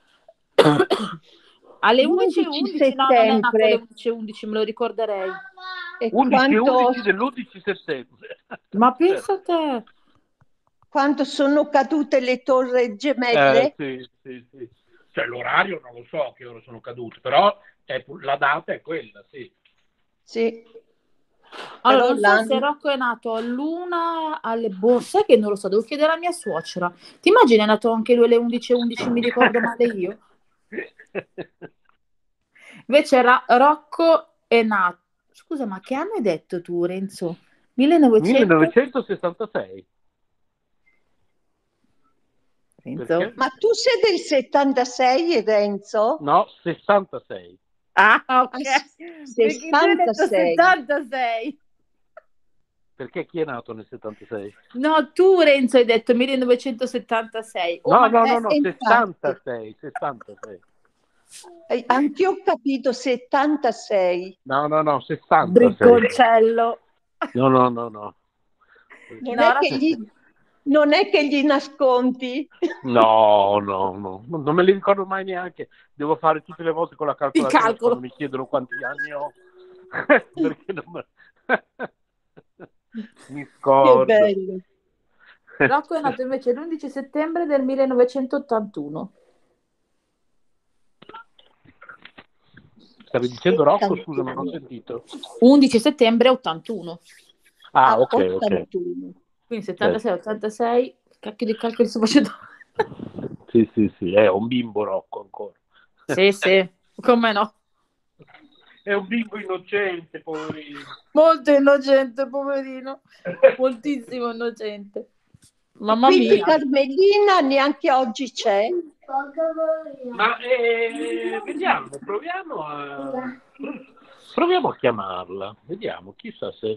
Alle 11:11, no, non è nato alle 11:11, me lo ricorderei.
11:11 dell'11 settembre.
Ma pensa a te.
Quando sono cadute le torri gemelle?
Sì. Cioè l'orario non lo so che ore sono cadute, però la data è quella, sì.
Sì.
Allora, non so se Rocco è nato all'1 alle borse, che non lo so, devo chiedere alla mia suocera. Ti immagini è nato anche lui alle 11:11, mi ricordo male io? Invece Rocco è nato... Scusa, ma che anno hai detto tu, Renzo?
1966.
Renzo?
Ma tu sei del 76, Renzo?
No, 66.
Ah, ok. Perché tu hai detto
66.
76.
Perché chi è nato nel 76?
No, tu Renzo hai detto 1976.
No, 66.
Anch'io ho capito 76.
No, 66.
Bricconcello.
No.
Non è che gli nascondi?
No, non me li ricordo mai neanche. Devo fare tutte le volte con la calcolatrice quando mi chiedono quanti anni ho. Perché non mi scordo.
Che bello.
Rocco è nato invece l'11 settembre del 1981.
Stavi dicendo Rocco? Scusa, non ho sentito.
11 settembre 81.
Ah, ok.
81.
Quindi 76, 86, cacchio di calcoli sto facendo.
Sì, è un bimbo Rocco ancora.
Sì, come no?
È un bimbo innocente, poverino.
Molto innocente, poverino. Moltissimo innocente. Mamma
Quindi
mia.
Carmelina neanche oggi c'è?
Ma vediamo, proviamo a chiamarla. Vediamo, chissà se...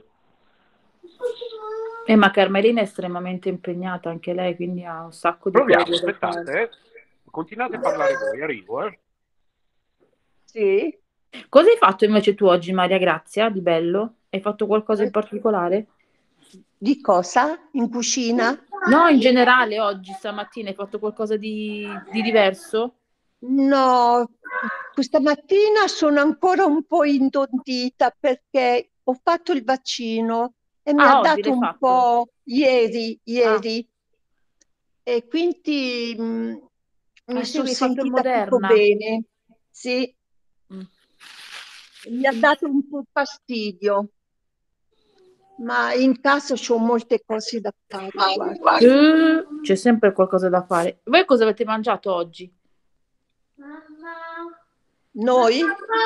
Ma Carmelina è estremamente impegnata anche lei, quindi ha un sacco di
Proviamo,
cose da
aspettate,
fare.
Continuate a parlare voi, arrivo,
Sì.
Cosa hai fatto invece tu oggi, Maria Grazia, di bello? Hai fatto qualcosa in particolare?
Di cosa? In cucina?
No, in generale oggi, stamattina, hai fatto qualcosa di diverso?
No, questa mattina sono ancora un po' intontita perché ho fatto il vaccino e mi ha
oggi
dato
l'hai
un
fatto?
po' ieri. E quindi mi
sì,
sono
mi hai fatto il
sentita tutto
Moderna.
bene. Sì. Mi ha dato un po' fastidio, ma in casa c'ho molte cose da fare. Guarda.
C'è sempre qualcosa da fare. Voi cosa avete mangiato oggi?
Noi?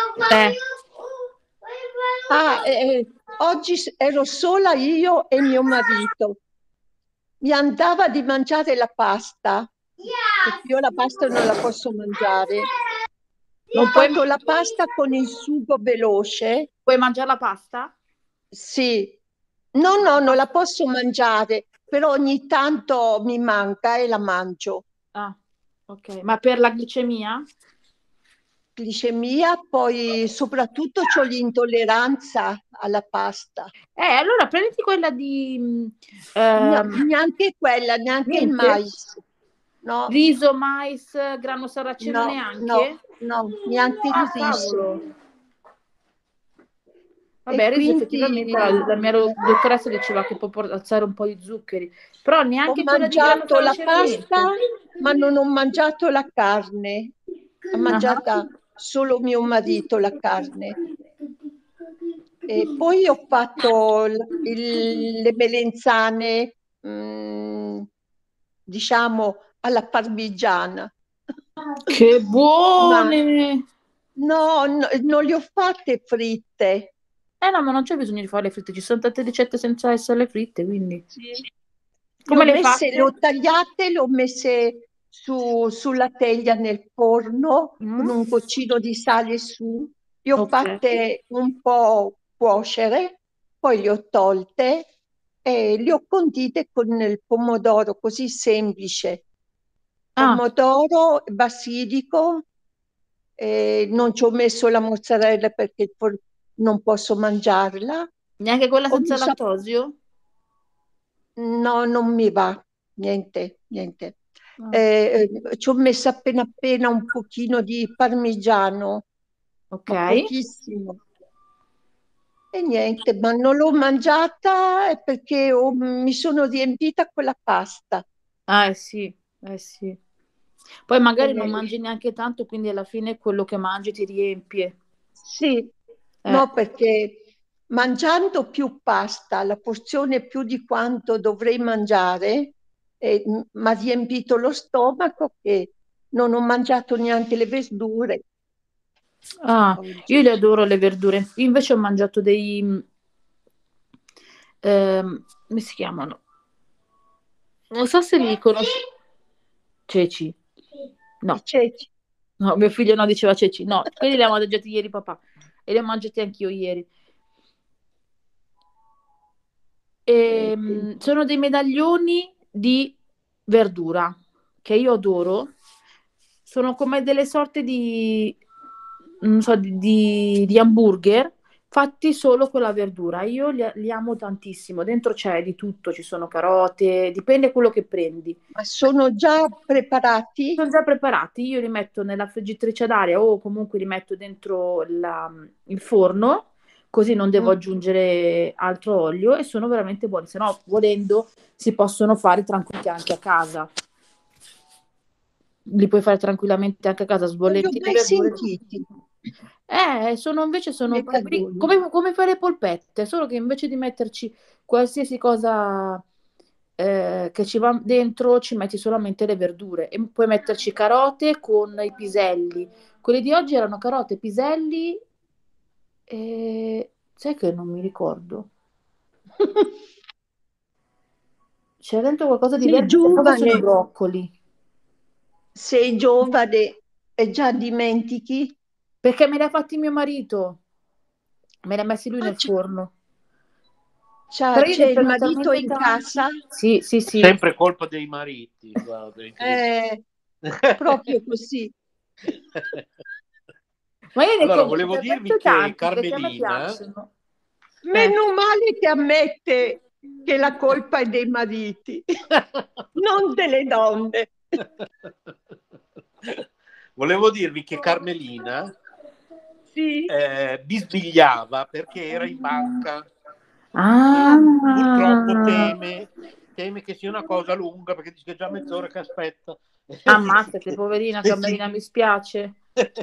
Oggi ero sola io e mio marito. Mi andava di mangiare la pasta, perché io la pasta non la posso mangiare. Ho fatto la pasta con il sugo veloce.
Puoi mangiare la pasta?
Sì. No, non la posso mangiare, però ogni tanto mi manca e la mangio.
Ah, ok. Ma per la glicemia?
Glicemia, poi soprattutto ho l'intolleranza alla pasta.
Allora prenditi quella di...
neanche quella, neanche il mais. No.
Riso, mais, grano saraceno neanche?
No, neanche il riso.
Vabbè, il riso effettivamente la mia dottoressa diceva che può alzare un po' di zuccheri, però neanche quella di grano saraceno.
Ho mangiato la pasta, ma non ho mangiato la carne. Ha mangiata solo mio marito la carne. E poi ho fatto le melenzane, diciamo, alla parmigiana.
Che buone!
No, non le ho fatte fritte.
No, ma non c'è bisogno di fare le fritte, ci sono tante ricette senza essere fritte, quindi...
Sì.
Come
le ho tagliate, le ho messe sulla teglia nel forno con un goccino di sale su. Le ho fatte un po' cuocere, poi le ho tolte e le ho condite con il pomodoro, così semplice. Pomodoro, basilico, non ci ho messo la mozzarella perché non posso mangiarla.
Neanche quella senza lattosio?
No, non mi va, niente. Ci ho messo appena un pochino di parmigiano, ma pochissimo. E niente, ma non l'ho mangiata perché mi sono riempita quella pasta.
Sì. Poi magari non mangi neanche tanto, quindi alla fine quello che mangi ti riempie.
Sì, no, perché mangiando più pasta, la porzione più di quanto dovrei mangiare, mi ha riempito lo stomaco che non ho mangiato neanche le verdure.
Io le adoro le verdure. Io invece ho mangiato come si chiamano? Non so se li conosci. Ceci. No.
I ceci.
No, mio figlio no, diceva ceci. No, quelli li ho mangiati ieri papà. E li ho mangiati anch'io ieri. Sono dei medaglioni di verdura che io adoro. Sono come delle sorte di, non so, di hamburger fatti solo con la verdura. Io li amo tantissimo. Dentro c'è di tutto, ci sono carote, dipende quello che prendi.
Ma sono già preparati?
Sono già preparati, io li metto nella friggitrice ad aria o comunque li metto dentro il forno, così non devo aggiungere altro olio e sono veramente buoni. Se no, volendo, si possono fare tranquilli anche a casa. Li puoi fare tranquillamente anche a casa, sbolletti
Non li ho mai sentiti.
Sono come fare le polpette, solo che invece di metterci qualsiasi cosa che ci va dentro, ci metti solamente le verdure e puoi metterci carote con i piselli. Quelli di oggi erano carote, piselli e sai che non mi ricordo. C'era dentro qualcosa di verde, cosa sono i broccoli.
Sei giovane e già dimentichi?
Perché me li ha fatti mio marito. Me li ha messi lui nel forno.
C'è il marito in casa?
Sì.
Sempre colpa dei mariti. Guarda,
proprio così.
Ma io
allora, volevo dirvi che Carmelina...
Meno male che ammette che la colpa è dei mariti, non delle donne.
Volevo dirvi che Carmelina
sì.
Bisbigliava perché era in banca. Purtroppo teme che sia una cosa lunga perché dice che è già mezz'ora che aspetta.
Ammazzate, poverina Carmelina, mi spiace.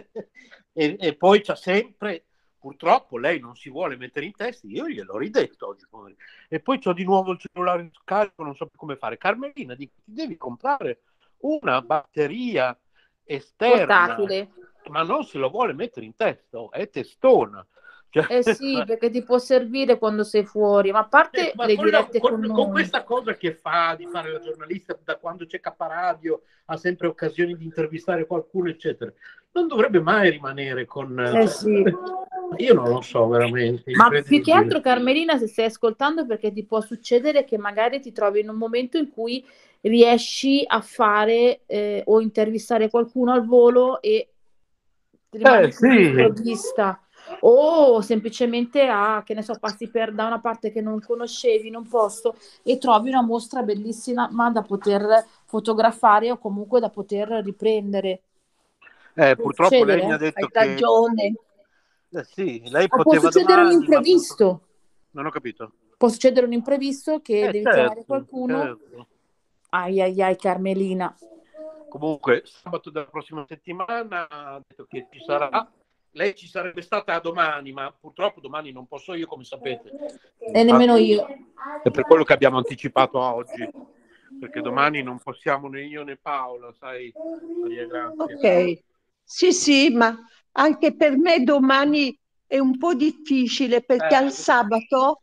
E poi c'ha sempre, purtroppo lei non si vuole mettere in testa, io gliel'ho ridetto oggi, e poi c'ho di nuovo il cellulare in scarico, non so più come fare. Carmelina, ti devi comprare una batteria esterna,
portatile,
ma non se lo vuole mettere in testa, è testona.
Sì, perché ti può servire quando sei fuori, ma a parte le dirette
con questa cosa che fa di fare la giornalista, da quando c'è K Radio ha sempre occasioni di intervistare qualcuno, eccetera, non dovrebbe mai rimanere con...
sì.
Io non lo so veramente.
Ma più che altro, Carmelina, se stai ascoltando, perché ti può succedere che magari ti trovi in un momento in cui riesci a fare o intervistare qualcuno al volo e rimani sprovvista. O semplicemente che ne so, passi da una parte che non conoscevi in un posto e trovi una mostra bellissima da poter fotografare o comunque da poter riprendere.
Purtroppo lei mi ha detto
hai ragione.
Sì, lei poteva
può succedere un imprevisto.
Non ho capito.
Può succedere un imprevisto che devi chiamare qualcuno.
Certo.
Ai, Carmelina.
Comunque, sabato della prossima settimana ha detto che ci sarà. Lei ci sarebbe stata domani, ma purtroppo domani non posso io, come sapete.
E nemmeno io.
È per quello che abbiamo anticipato a oggi, perché domani non possiamo né io né Paola, sai, Maria Grazia.
Ok, sì, ma anche per me domani è un po' difficile perché al sabato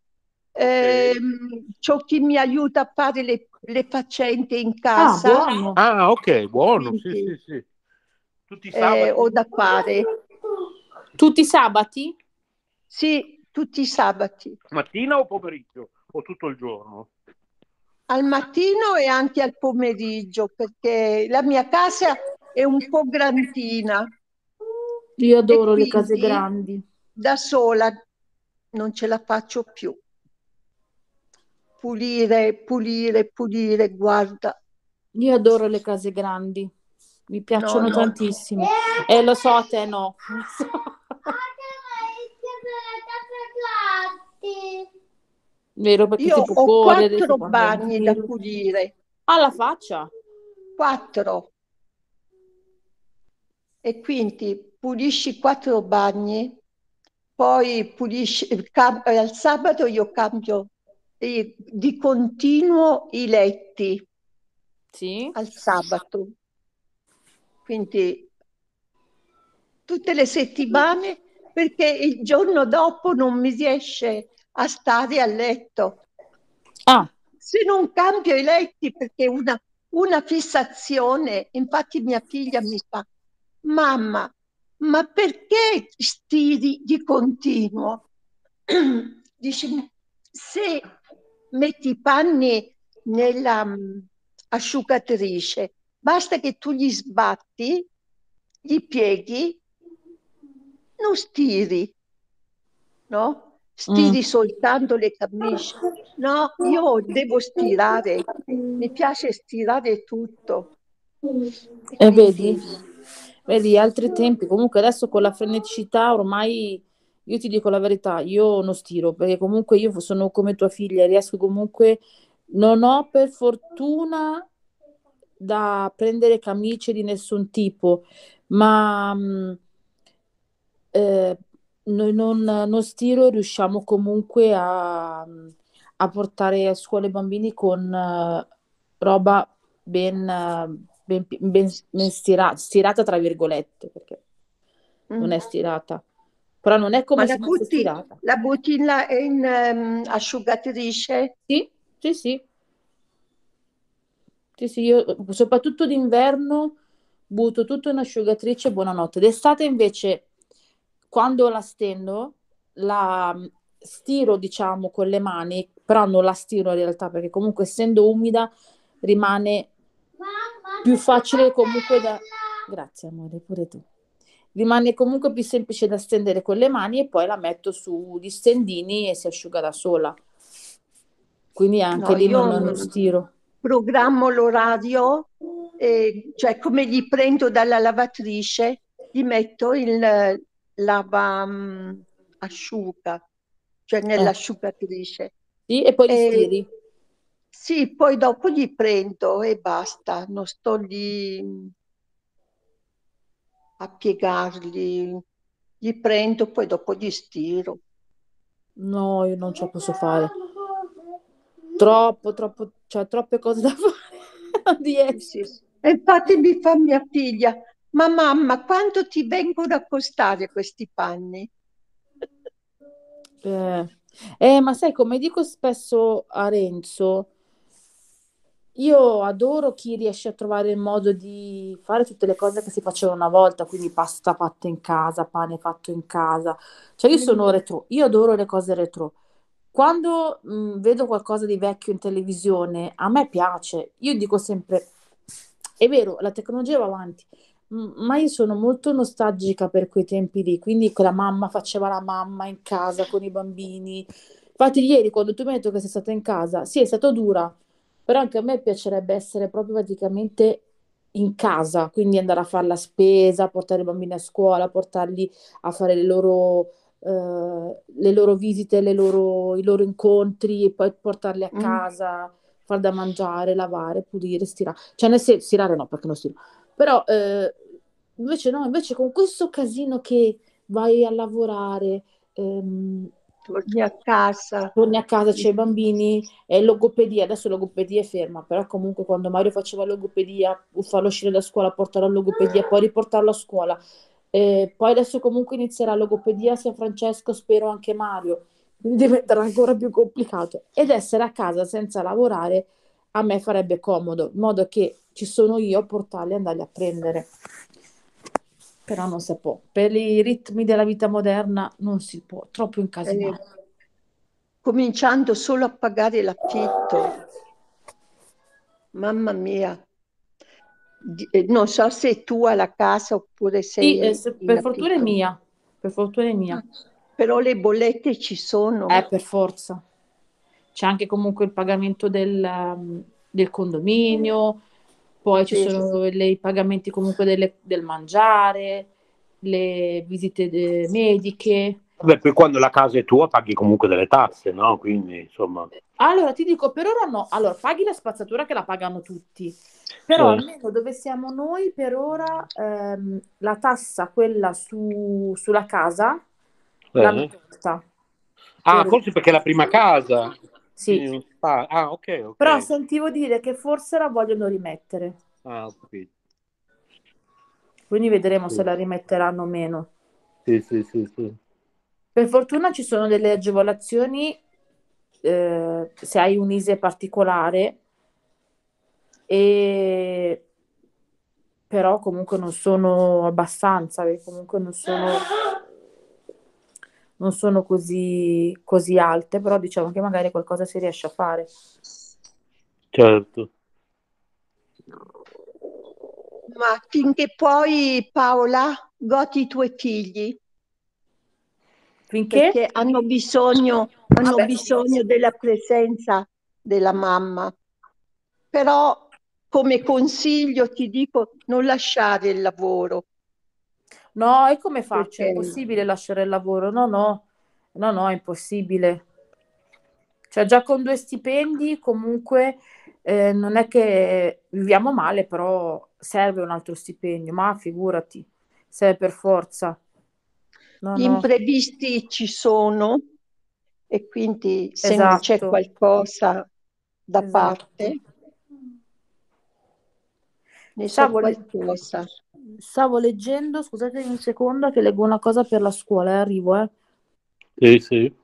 c'ho chi mi aiuta a fare le faccende in casa.
Ok, buono, quindi, sì. Tutti i sabati.
Ho da fare.
Tutti i sabati?
Sì, tutti i sabati.
Mattina o pomeriggio? O tutto il giorno?
Al mattino e anche al pomeriggio, perché la mia casa è un po' grandina.
Io adoro le case grandi.
Da sola non ce la faccio più. Pulire, guarda.
Io adoro le case grandi. Mi piacciono tantissimo. Lo so, a te no. Vero, perché
io ho 4 bagni da pulire.
Alla faccia?
4. e quindi pulisci 4 bagni, poi pulisci, al sabato io cambio di continuo i letti
Sì.
al sabato, quindi tutte le settimane, perché il giorno dopo non mi riesce a stare a letto.
Ah,
Se non cambio i letti, perché una fissazione, infatti mia figlia mi fa, mamma, ma perché stiri di continuo? Dici, se metti i panni nella asciugatrice, basta che tu li sbatti, li pieghi, non stiri, no? Stiri soltanto le camicie. No, io devo stirare, mi piace stirare tutto.
E vedi, altri tempi, comunque adesso con la freneticità ormai, io ti dico la verità, io non stiro, perché comunque io sono come tua figlia, riesco comunque, non ho per fortuna da prendere camicie di nessun tipo, ma eh, noi non stiro, riusciamo comunque a portare a scuola i bambini con roba ben stirata, tra virgolette, perché non è stirata, però non è
Ma
come se fosse stirata.
la butti in asciugatrice?
Sì, sì, sì. Sì, sì, io soprattutto d'inverno butto tutto in asciugatrice e buonanotte. D'estate invece, quando la stendo, la stiro, diciamo, con le mani, però non la stiro in realtà perché comunque essendo umida rimane più facile comunque da... Grazie amore, pure tu. Rimane comunque più semplice da stendere con le mani e poi la metto sugli stendini e si asciuga da sola. Quindi anche
No,
lì
io
non stiro.
programmo l'orario, cioè come li prendo dalla lavatrice, li metto il asciuga, cioè nell'asciugatrice.
Sì, e poi li
E,
stiri.
sì, poi dopo li prendo e basta, non sto lì a piegarli, li prendo, poi dopo li stiro.
No, io non ce la posso fare. Troppo, cioè troppe cose da fare. Di
Sì. E infatti mi fa mia figlia, ma mamma, quanto ti vengono a costare questi panni?
Ma sai, come dico spesso a Renzo, io adoro chi riesce a trovare il modo di fare tutte le cose che si facevano una volta, quindi pasta fatta in casa, pane fatto in casa. Cioè io sono retro, io adoro le cose retro. Quando vedo qualcosa di vecchio in televisione, a me piace. Io dico sempre, è vero, la tecnologia va avanti, ma io sono molto nostalgica per quei tempi lì, quindi quella mamma faceva la mamma in casa con i bambini. Infatti ieri quando tu mi hai detto che sei stata in casa, sì, è stato dura, però anche a me piacerebbe essere proprio praticamente in casa, quindi andare a fare la spesa, portare i bambini a scuola, portarli a fare le loro visite, i loro incontri e poi portarli a casa, far da mangiare, lavare, pulire, stirare. Cioè, nel senso, stirare no, perché non stiro. Però invece no, invece con questo casino che vai a lavorare, torni a casa, c'è i bambini, e logopedia, adesso logopedia è ferma, però comunque quando Mario faceva logopedia, farlo uscire da scuola, portarlo a logopedia, poi riportarlo a scuola. Poi adesso comunque inizierà logopedia sia Francesco, spero anche Mario, quindi diventerà ancora più complicato. Ed essere a casa senza lavorare a me farebbe comodo, in modo che ci sono io a portarli e andarli a prendere. Però non si può. Per i ritmi della vita moderna non si può, troppo incasinato.
Cominciando solo a pagare l'affitto. Mamma mia. Non so se tu hai la casa oppure
Sì,
sei in
per fortuna è
affitto.
mia, per fortuna è mia.
Però le bollette ci sono.
Per forza. C'è anche comunque il pagamento del condominio, poi ci
Sì.
sono i pagamenti comunque del mangiare, le visite mediche,
Vabbè, poi quando la casa è tua paghi comunque delle tasse, no? Quindi, insomma...
Allora, ti dico, per ora no. Allora, paghi la spazzatura che la pagano tutti. Però almeno dove siamo noi, per ora, la tassa, quella sulla casa, l'hanno tolta.
Forse perché è la prima casa.
Sì.
Ok.
Però sentivo dire che forse la vogliono rimettere.
Ho capito.
Quindi vedremo se la rimetteranno o meno.
Sì.
Per fortuna ci sono delle agevolazioni se hai un ISEE particolare, però comunque non sono abbastanza, comunque non sono così alte, però diciamo che magari qualcosa si riesce a fare.
Certo.
Ma finché puoi, Paola, godi i tuoi figli.
Finché?
Perché hanno bisogno della presenza della mamma. Però come consiglio ti dico non lasciare il lavoro.
No, e come faccio? È
Perché...
impossibile lasciare il lavoro? No, è impossibile. Cioè già con 2 stipendi comunque non è che viviamo male, però serve un altro stipendio, ma figurati, serve per forza.
Gli imprevisti ci sono e quindi se non c'è qualcosa da parte, ne so qualcosa.
Stavo leggendo, scusatemi un secondo che leggo una cosa per la scuola, arrivo.
Sì.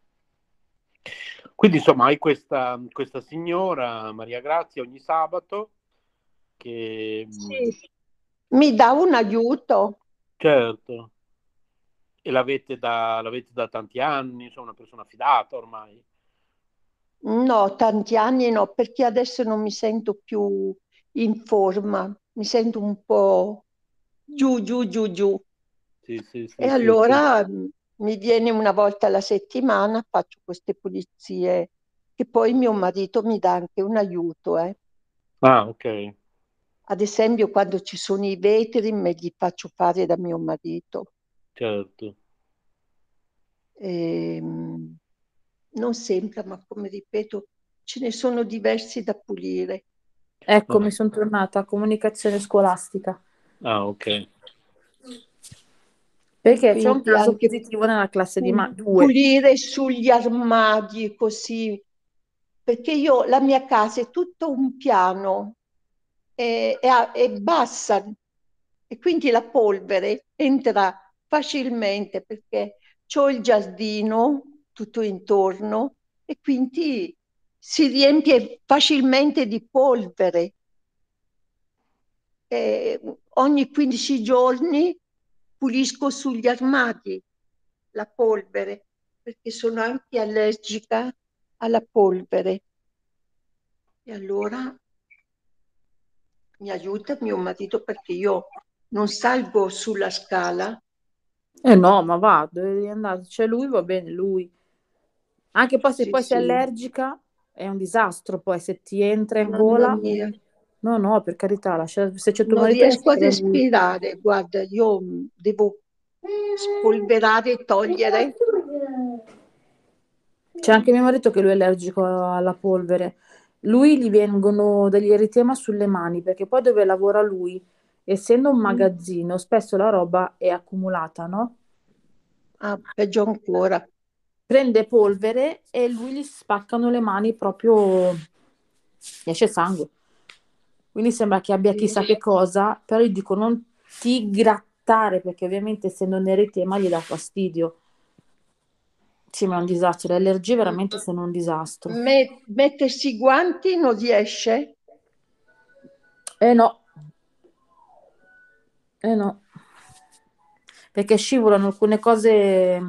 Quindi insomma hai questa signora, Maria Grazia, ogni sabato che...
Sì, mi dà un aiuto.
Certo. E l'avete da tanti anni, insomma, una persona fidata ormai?
No, tanti anni no, perché adesso non mi sento più in forma, mi sento un po' giù.
Sì,
e allora mi viene una volta alla settimana, faccio queste pulizie, che poi mio marito mi dà anche un aiuto.
Ok.
Ad esempio, quando ci sono i vetri, me li faccio fare da mio marito.
Certo.
Non sempre, ma come ripeto, ce ne sono diversi da pulire.
Ecco, mi sono tornata a comunicazione scolastica.
Ok.
Perché c'è un caso positivo nella classe di 2.
Pulire sugli armadi, così. Perché la mia casa è tutto un piano, è bassa, e quindi la polvere entra facilmente perché c'ho il giardino tutto intorno e quindi si riempie facilmente di polvere. Ogni 15 giorni pulisco sugli armadi la polvere perché sono anche allergica alla polvere. E allora mi aiuta mio marito perché io non salgo sulla scala.
No, ma va, devi andare. C'è lui, va bene, lui. Anche poi se sei allergica è un disastro, poi se ti entra in gola...
Mia.
No, per carità, se c'è tuo
non
marito...
riesco a respirare, guarda, io devo spolverare e togliere.
C'è anche mio marito che lui è allergico alla polvere. Lui gli vengono degli eritema sulle mani, perché poi dove lavora lui, essendo un magazzino, spesso la roba è accumulata, no?
Peggio ancora.
Prende polvere e lui gli spaccano le mani, proprio esce sangue. Quindi sembra che abbia chissà che cosa, però io dico non ti grattare, perché ovviamente essendo un eritema gli dà fastidio. Sì, ma è un disastro, le allergie veramente sono un disastro.
Mettersi i guanti non riesce?
No, perché scivolano alcune cose,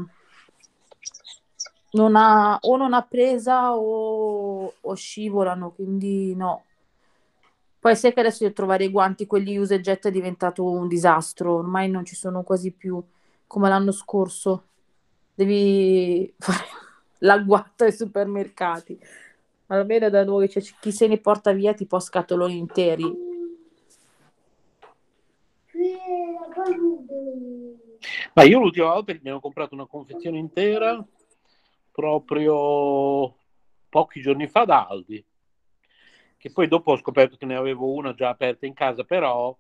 non ha presa o scivolano, quindi no. Poi sai che adesso di trovare i guanti, quelli usa e getta, è diventato un disastro, ormai non ci sono quasi più, come l'anno scorso. Devi fare l'agguato ai supermercati. Almeno da noi, cioè, chi se ne porta via tipo scatoloni interi.
Ma io l'ultima volta mi ho comprato una confezione intera proprio pochi giorni fa da Aldi, che poi dopo ho scoperto che ne avevo una già aperta in casa, però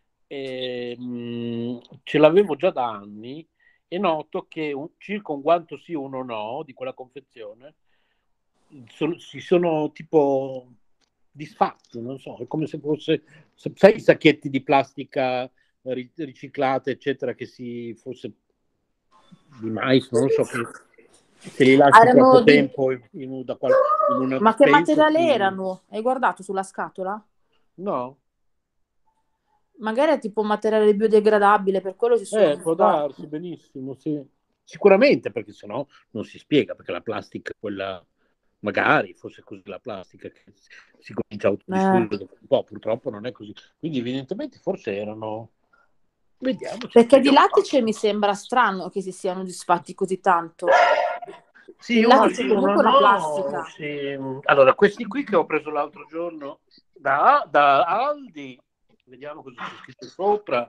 ce l'avevo già da anni e noto che circa un guanto sì, uno no, di quella confezione, si sono tipo disfatti, non so, è come se fosse, sai, i sacchetti di plastica riciclate, eccetera, che si fosse di mais, non so, che se li lasci troppo tempo in una
Ma che materiale
dispensa,
erano? Hai guardato sulla scatola?
No.
Magari è tipo un materiale biodegradabile, per quello ci sono.
Può darsi, benissimo, sì. Sicuramente, perché sennò non si spiega, perché la plastica, quella, magari fosse così la plastica, che si comincia a autodistruggere dopo un po', purtroppo non è così. Quindi evidentemente forse erano... Vediamo.
Perché di lattice mi sembra strano che si siano disfatti così tanto.
Sì,
il lattice è comunque una plastica.
Sì. Allora, questi qui che ho preso l'altro giorno da Aldi, vediamo cosa c'è scritto sopra,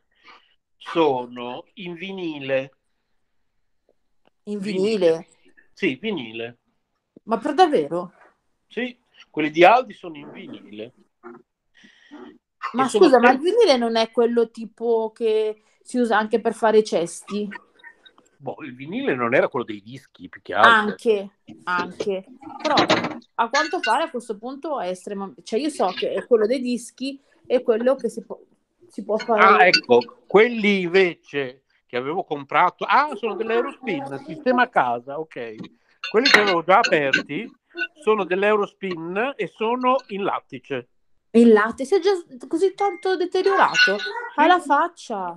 sono in vinile.
In vinile?
Sì, vinile.
Ma per davvero?
Sì, quelli di Aldi sono in vinile.
Ma scusa, ma il vinile non è quello tipo che si usa anche per fare i cesti?
Boh, il vinile non era quello dei dischi, più che altro.
Anche. Però a quanto pare a questo punto è estremamente... Cioè io so che è quello dei dischi e quello che si può fare...
Ah, ecco, quelli invece che avevo comprato... Ah, sono dell'Eurospin, sistema casa, ok. Quelli che avevo già aperti sono dell'Eurospin e sono in lattice.
Il latte si è già così tanto deteriorato? Alla faccia!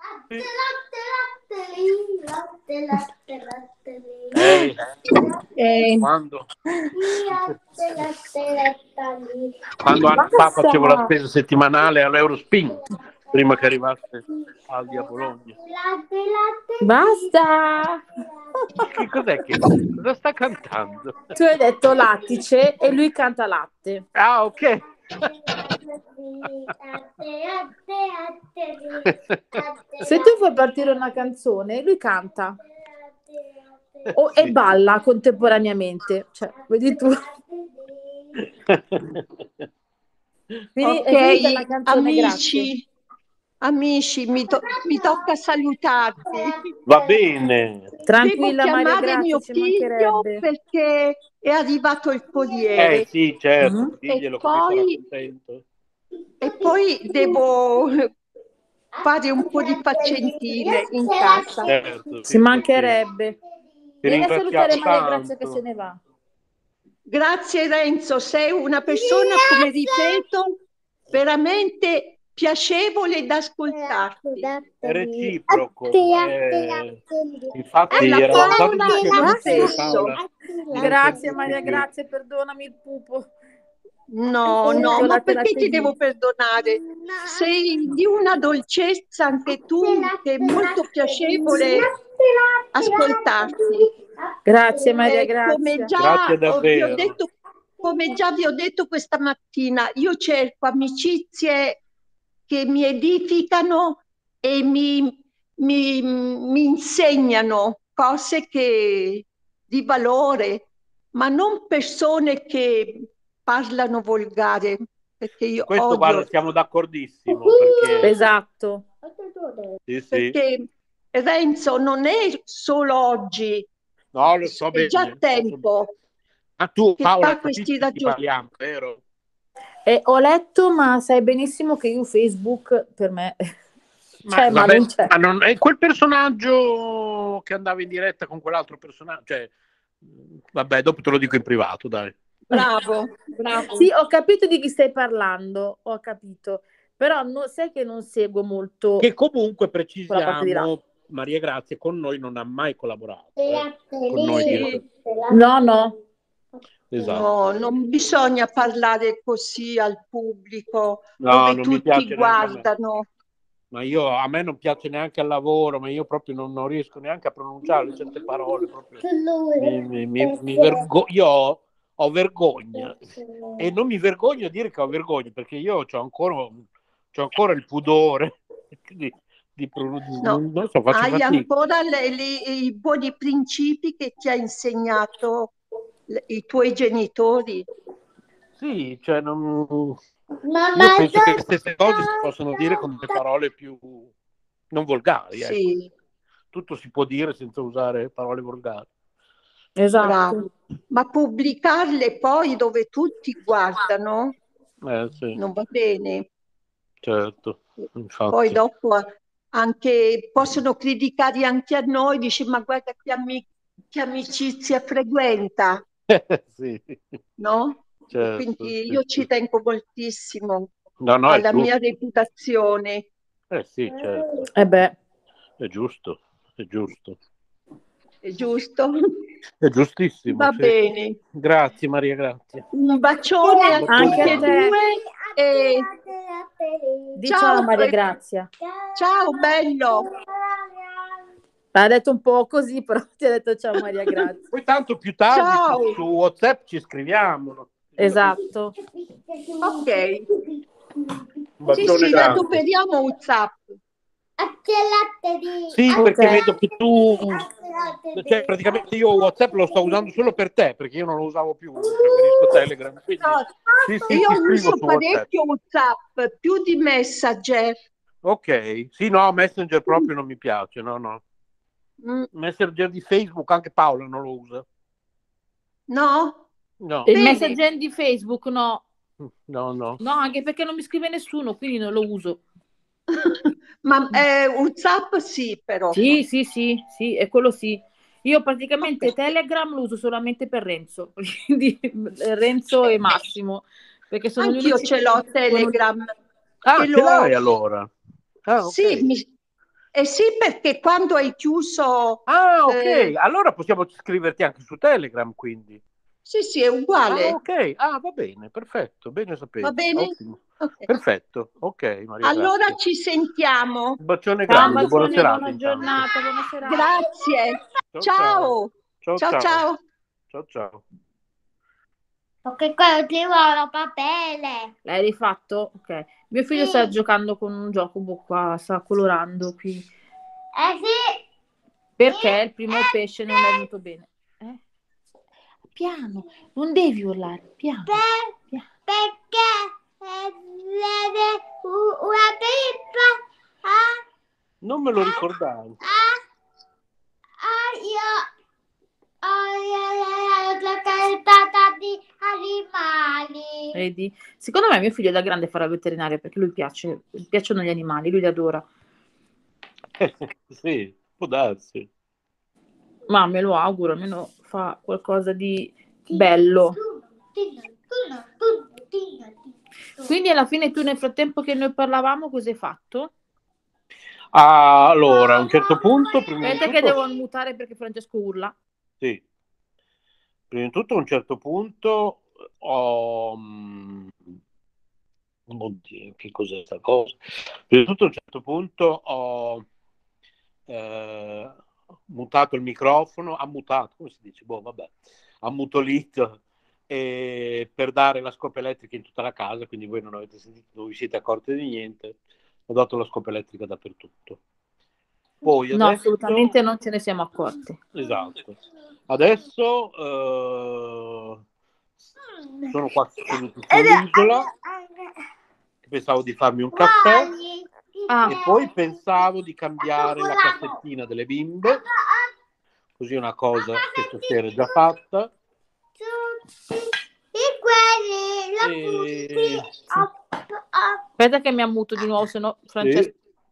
Quando anni fa facevo la spesa settimanale all'Eurospin, prima che arrivasse Aldi a Bologna.
Basta!
Che cos'è che cosa sta cantando?
Tu hai detto lattice e lui canta latte.
Ah, ok.
Se tu fai partire una canzone, lui canta e balla contemporaneamente, cioè, vedi tu.
Ok, amici, mi tocca salutarvi.
Va bene.
Tranquilla,
devo
Maria,
chiamare mio figlio perché è arrivato il corriere.
Sì, certo, diglielo che sarà contento.
E poi devo fare un po' di faccendine in casa.
Certo,
ci mancherebbe. Vieni a salutare Maria Grazia che se ne va.
Grazie Renzo, sei una persona, come ripeto, veramente piacevole da ascoltarti.
È reciproco. Infatti era
Paola.
Grazie Maria, grazie, perdonami il pupo.
No, ma perché ti devo perdonare? Sei di una dolcezza anche tu, che è molto piacevole ascoltarti.
Grazie Maria, grazie.
Grazie davvero.
Come già vi ho detto questa mattina, io cerco amicizie che mi edificano e mi insegnano cose di valore, ma non persone che parlano volgare, perché io
questo,
odio.
Guarda, siamo d'accordissimo. Perché...
Esatto.
Sì.
Perché Renzo non è solo oggi,
no, lo so bene.
È già tempo.
Ma tu,
che
Paola,
fa questi ragioni.
Parliamo, vero?
Ho letto, ma sai benissimo che io Facebook per me...
Ma non c'è. Ma non è quel personaggio che andava in diretta con quell'altro personaggio, cioè, vabbè, dopo te lo dico in privato, dai.
Bravo.
Sì, ho capito di chi stai parlando, ho capito, però sai che non seguo molto.
Che comunque precisiamo, Maria Grazia con noi non ha mai collaborato. Con noi.
No.
Esatto.
No, non bisogna parlare così al pubblico, dove tutti guardano.
Ma a me non piace neanche al lavoro, ma io proprio non riesco neanche a pronunciare certe parole. Proprio. Io ho vergogna e non mi vergogno a dire che ho vergogna, perché io c'ho ancora il pudore
No,
non so, faccio
hai
fatica.
ancora i buoni principi che ti ha insegnato i tuoi genitori?
Sì, cioè io penso che le stesse cose si possono dire con delle parole più non volgari.
Sì.
Ecco. Tutto si può dire senza usare parole volgari.
Esatto.
Bravo. Ma pubblicarle poi dove tutti guardano
Sì.
non va bene.
Certo, infatti.
Poi dopo anche possono criticare anche a noi, dice ma guarda che amicizia frequenta,
Sì.
no?
Certo,
Quindi
sì,
io
sì.
ci tengo moltissimo
No, è
alla
giusto.
mia reputazione.
Sì, certo.
Beh.
È giusto, è giusto.
È giusto?
È giustissimo.
Va
Sì.
bene.
Grazie Maria, grazie.
Un bacione a
Anche
tutti
a
e
te.
due. E...
Di ciao Maria Grazia.
Ciao bello.
Ha detto un po' così, però ti ha detto ciao Maria Grazia.
Poi tanto più tardi
Ciao.
su WhatsApp ci scriviamo.
Esatto.
Ok.
Bacione
Sì,
grande.
recuperiamo WhatsApp.
Sì, perché
Ok.
vedo che tu, cioè praticamente io WhatsApp lo sto usando solo per te, perché io non lo usavo più, preferisco Telegram. Quindi,
No,
sì,
io
ti scrivo
uso
su WhatsApp.
parecchio WhatsApp, più di Messenger.
Ok, sì, no, Messenger proprio non mi piace, no. Messenger di Facebook anche Paola non lo usa.
No?
No.
Il
Bene.
Messenger di Facebook no.
No.
No, anche perché non mi scrive nessuno, quindi non lo uso.
Ma WhatsApp sì, però.
Sì, è quello sì. Io praticamente
Ok.
Telegram lo uso solamente per Renzo, quindi Renzo e Massimo, perché sono gli
Anch'io
unici
ce l'ho
che
Telegram.
Ah,
E
ce l'hai allora? Ah,
Sì,
ok.
sì, perché quando hai chiuso...
Ah, ok. Allora possiamo scriverti anche su Telegram, quindi.
Sì, è
Ah,
uguale.
ok. Ah, va bene, perfetto. Bene
Va
sapersi.
bene?
Ottimo.
Ok.
Perfetto. Ok, Maria,
Allora
grazie.
ci sentiamo.
Un bacione
Ciao, un
grande, buona
bacione,
serata
buona
intanto.
giornata, buona serata.
Grazie.
Ciao.
Ciao.
Ciao,
Ciao,
ciao.
ciao.
Ciao, ciao.
Perché quello ti vuole papele.
L'hai rifatto? Ok. Mio figlio
Sì.
sta giocando con un gioco qua, sta colorando qui.
Sì.
Perché il primo pesce non è venuto bene. Piano, non devi urlare, piano. piano.
Perché vede una pippa
Non me lo ricordavo.
io la cartata di animali.
Vedi? Secondo me mio figlio da grande farà il veterinario perché lui piacciono gli animali, lui li adora.
Sì, può darsi.
Ma me lo auguro, almeno fa qualcosa di bello. Quindi alla fine tu nel frattempo che noi parlavamo cosa hai fatto?
Allora, a un certo punto, prima di
Aspetta che
tutto,
devo mutare perché Francesco urla.
sì. Prima di tutto, a un certo punto ho... Oddio, che cos'è questa cosa? Prima di tutto, a un certo punto ho mutato il microfono, ammutato, come si dice? Boh, vabbè, ammutolito per dare la scopa elettrica in tutta la casa, quindi voi non avete sentito, non vi siete accorti di niente. Ho dato la scopa elettrica dappertutto. Poi
No,
adesso...
assolutamente non ce ne siamo accorti.
Esatto. Adesso sono qua seduto sull'isola, pensavo di farmi un caffè e poi pensavo di cambiare la cassettina delle bimbe, così è una cosa che stasera è già fatta.
Aspetta che mi ammuto di nuovo, se no Francesco...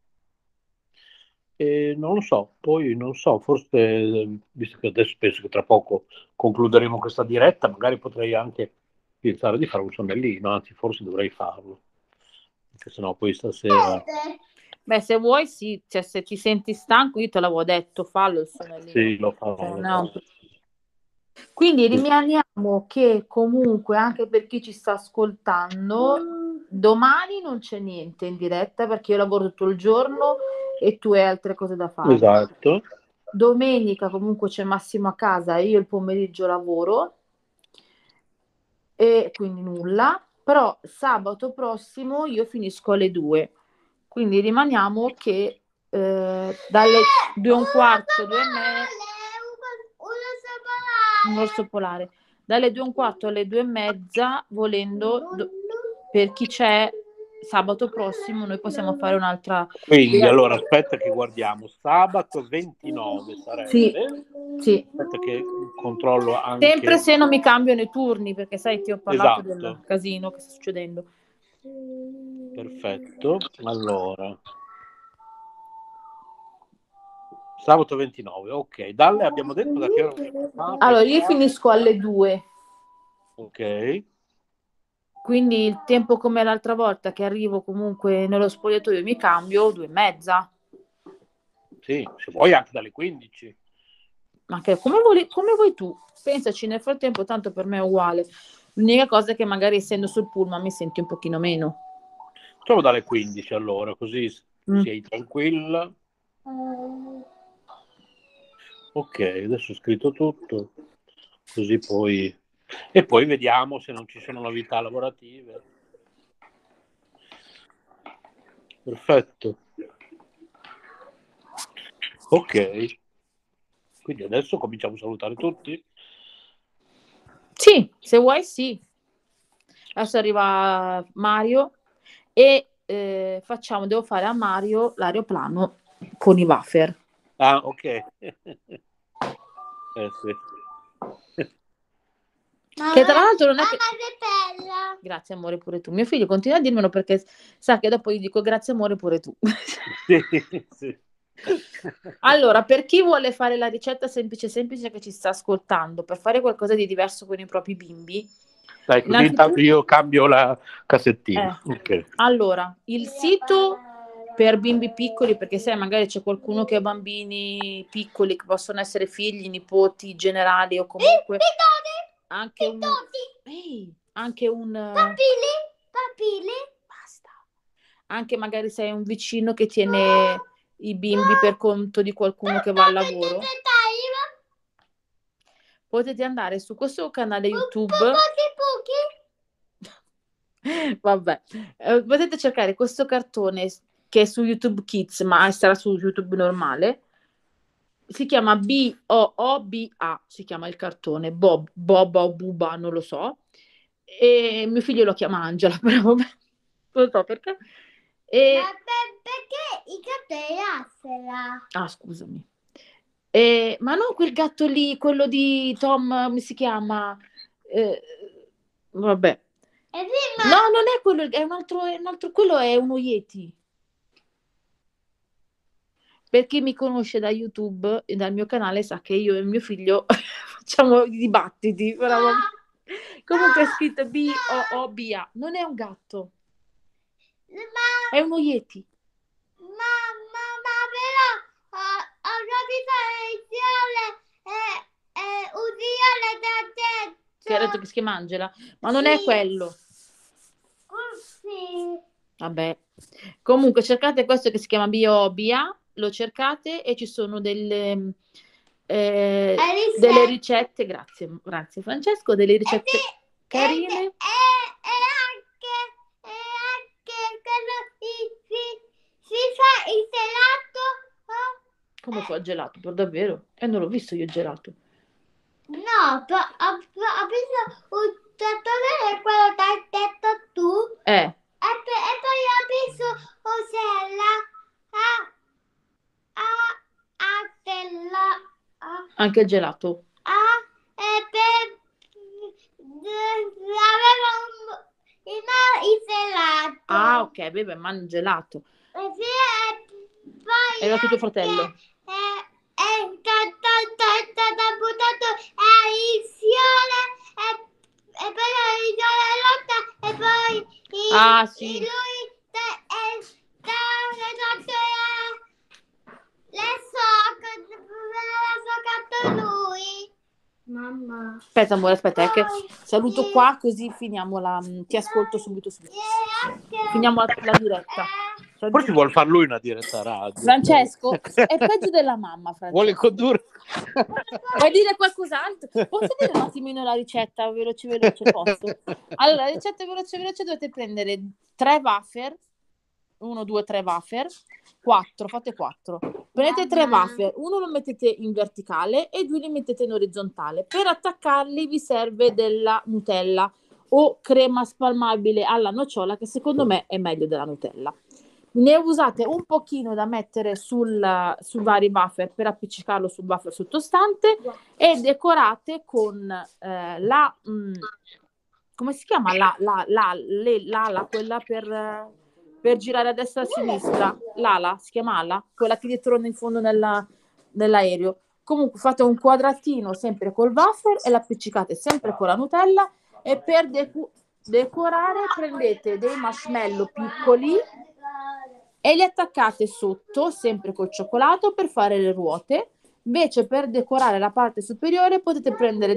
Non lo so, poi non so, forse, visto che adesso penso che tra poco concluderemo questa diretta, magari potrei anche pensare di fare un sonnellino, anzi forse dovrei farlo, perché sennò poi stasera...
Beh, se vuoi sì, cioè, se ti senti stanco, io te l'avevo detto, fallo il sonnellino.
Sì, lo farò.
Quindi rimaniamo che comunque, anche per chi ci sta ascoltando, domani non c'è niente in diretta perché io lavoro tutto il giorno e tu hai altre cose da fare.
Esatto.
Domenica comunque c'è Massimo a casa e io il pomeriggio lavoro e quindi nulla, però sabato prossimo io finisco alle 2, quindi rimaniamo che dalle 2:15, 2:30, un orso polare, dalle 2:15 alle 2:30, volendo, per chi c'è sabato prossimo, noi possiamo fare un'altra.
Quindi, allora, aspetta che guardiamo. Sabato 29 sarebbe.
Sì.
Aspetta che controllo anche.
Sempre se non mi cambiano i turni, perché sai, ti ho parlato
Esatto.
del casino che sta succedendo.
Perfetto. Allora. Sabato 29, ok. Dalle abbiamo detto da che ora?
Allora, io finisco alle 2.
Ok.
Quindi il tempo come l'altra volta che arrivo comunque nello spogliatoio mi cambio 2:30.
Sì, se vuoi anche dalle 15.
Ma che come vuoi tu. Pensaci, nel frattempo tanto per me è uguale. L'unica cosa è che magari essendo sul pullman mi senti un pochino meno.
Facciamo dalle 15 allora, così sei tranquilla. Ok, adesso ho scritto tutto, così poi... E poi vediamo se non ci sono novità lavorative. Perfetto. Ok. Quindi adesso cominciamo a salutare tutti?
Sì, se vuoi sì. Adesso arriva Mario e devo fare a Mario l'aeroplano con i wafer.
Ah, ok. Sì.
Che tra l'altro non è che...
Mamma, che bella!
Grazie amore pure tu. Mio figlio continua a dirmelo perché sa che dopo gli dico grazie amore pure tu.
Sì.
Allora, per chi vuole fare la ricetta semplice che ci sta ascoltando, per fare qualcosa di diverso con i propri bimbi,
dai, così intanto io cambio la cassettina. Okay.
Allora, il sito per bimbi piccoli, perché sai, magari c'è qualcuno che ha bambini piccoli che possono essere figli, nipoti, generali o comunque anche un
Papili.
Basta. Anche magari sei un vicino che tiene i bimbi per conto di qualcuno che va al lavoro. Potete andare su questo canale YouTube. Vabbè, potete cercare questo cartone che è su YouTube Kids, ma sarà su YouTube normale. Si chiama Booba, si chiama il cartone, Boba o Buba, non lo so. E mio figlio lo chiama Angela, però vabbè, non lo so perché.
Perché i gatti Affera?
Ah, scusami. Ma no, quel gatto lì, quello di Tom, come si chiama? Vabbè. No, non è quello, è un altro, quello è uno Yeti. Per chi mi conosce da YouTube e dal mio canale sa che io e mio figlio facciamo i dibattiti. Però... Comunque è scritto Booba, non è un gatto. È uno Yeti.
Ma però ho capito l'edizione da
che ha detto che si chiama Angela, ma non è quello.
Sì.
Vabbè. Comunque cercate questo che si chiama Booba, lo cercate e ci sono delle ricette, grazie Francesco, delle ricette carine.
E anche si fa il gelato.
Come fa il gelato? Per davvero? Non l'ho visto io il gelato.
No, ho visto un trattore quello che hai detto tu. E poi ho visto
anche il gelato.
Aveva il gelato.
Ah, ok, beve, mangia il gelato.
Poi
era tuo fratello.
È stato buttato a incione e poi a incione lotta e poi
sì.
lui le so lui. Mamma.
Aspetta amore, aspetta, che saluto qua così finiamo ti ascolto subito. Finiamo la diretta.
Forse vuol far lui una diretta radio.
Francesco è peggio della mamma. Francesco.
Vuole condurre.
Vuoi dire qualcos'altro? Posso dire un attimino la ricetta veloce posso? Allora, la ricetta veloce dovete prendere 3 wafer 1, 2, 3 wafer, 4, fate 4. Prendete 3 wafer, uno lo mettete in verticale e 2 li mettete in orizzontale. Per attaccarli vi serve della Nutella o crema spalmabile alla nocciola, che secondo me è meglio della Nutella. Ne usate un pochino da mettere su vari wafer per appiccicarlo sul wafer sottostante e decorate con come si chiama? L'ala, quella per girare a destra e a sinistra. L'ala, si chiama ala? Quella che dietro in fondo nell'aereo. Comunque fate un quadratino sempre col wafer e l'appiccicate sempre con la Nutella e per decorare prendete dei marshmallow piccoli e li attaccate sotto sempre col cioccolato per fare le ruote. Invece per decorare la parte superiore potete prendere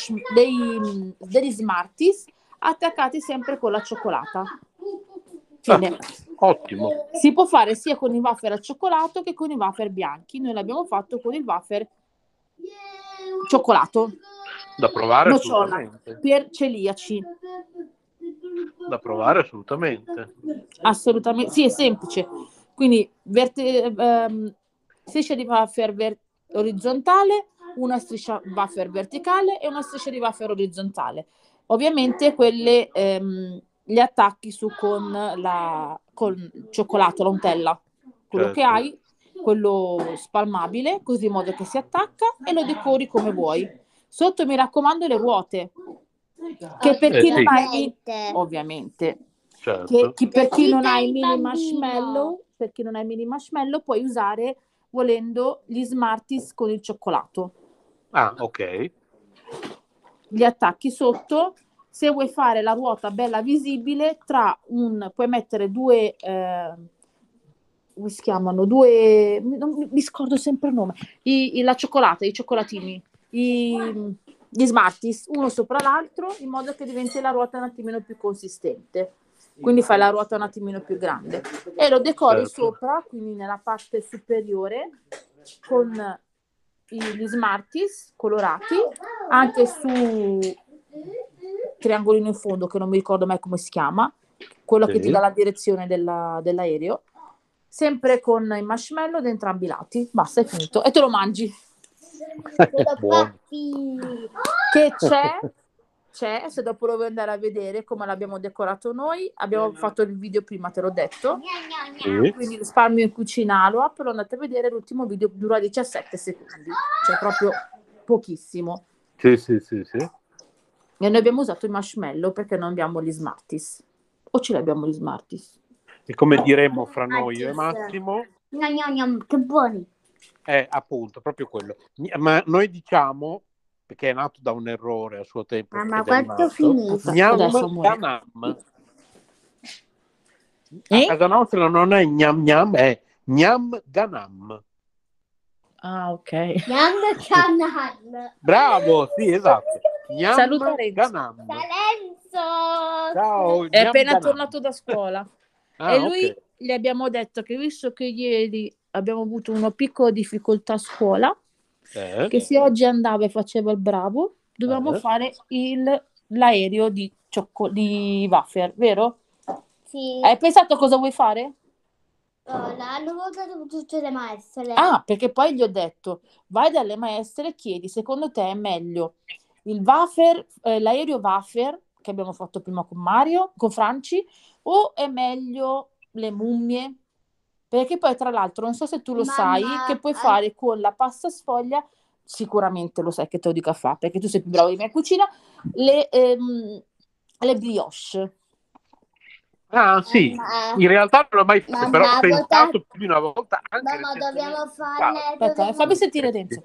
degli Smarties attaccati sempre con la cioccolata. Fine.
Ottimo.
Si può fare sia con i wafer al cioccolato che con i wafer bianchi. Noi l'abbiamo fatto con il wafer cioccolato.
Da provare
nocciola,
assolutamente.
Per celiaci.
Da provare assolutamente.
Assolutamente. Sì, è semplice. Quindi striscia di wafer orizzontale, una striscia wafer verticale e una striscia di wafer orizzontale. Ovviamente quelle li attacchi su con il cioccolato, la Nutella, quello che hai, quello spalmabile, così in modo che si attacca e lo decori come vuoi. Sotto mi raccomando le ruote, che per chi non ha ovviamente,
certo.
per chi non ha i mini marshmallow, puoi usare volendo gli Smarties con il cioccolato.
Ah, ok.
Li attacchi sotto. Se vuoi fare la ruota bella visibile, puoi mettere due, come si chiamano? Mi scordo sempre il nome. La cioccolata, i cioccolatini, gli Smarties, uno sopra l'altro, in modo che diventi la ruota un attimino più consistente. Quindi fai la ruota un attimino più grande e lo decori sopra, quindi nella parte superiore, con gli Smarties colorati, anche su triangolino in fondo che non mi ricordo mai come si chiama, quello che ti dà la direzione dell'aereo, sempre con i marshmallow da entrambi i lati. Basta, è finito e te lo mangi. Che c'è, se dopo lo vuoi andare a vedere come l'abbiamo decorato noi, abbiamo fatto il video prima, te l'ho detto, quindi risparmio in cucina Aloha, però andate a vedere l'ultimo video, dura 17 secondi, cioè proprio pochissimo.
Sì.
E noi abbiamo usato i marshmallow perché non abbiamo gli Smarties, o ce li abbiamo gli Smarties?
E come diremmo fra noi io e Massimo,
che buoni,
appunto, proprio quello. Ma noi diciamo, perché è nato da un errore a suo tempo,
ma quanto finito?
Gnam Ganam. A casa nostra non è gnam gnam, è gnam Ganam.
Ah, ok.
Gnam Ganam.
Bravo, sì, esatto.
Saluta Renzo.
Ciao,
è appena tornato da scuola.
E
lui gli abbiamo detto che visto che ieri abbiamo avuto una piccola difficoltà a scuola, che se oggi andava e faceva il bravo, dovevamo fare l'aereo di wafer, vero?
Sì.
Hai pensato cosa vuoi fare?
L'hanno votato tutte le maestre.
Ah, perché poi gli ho detto, vai dalle maestre e chiedi, secondo te è meglio il wafer, l'aereo wafer che abbiamo fatto prima con Franci, o è meglio le mummie? Perché poi tra l'altro non so se tu lo sai che puoi fare con la pasta sfoglia, sicuramente lo sai che te lo dico a fare perché tu sei più bravo di me in cucina, le brioche.
Ah sì, in realtà non l'ho mai fatto, però ho pensato più di una volta anche
dobbiamo farle.
Aspetta, fammi sentire Renzo.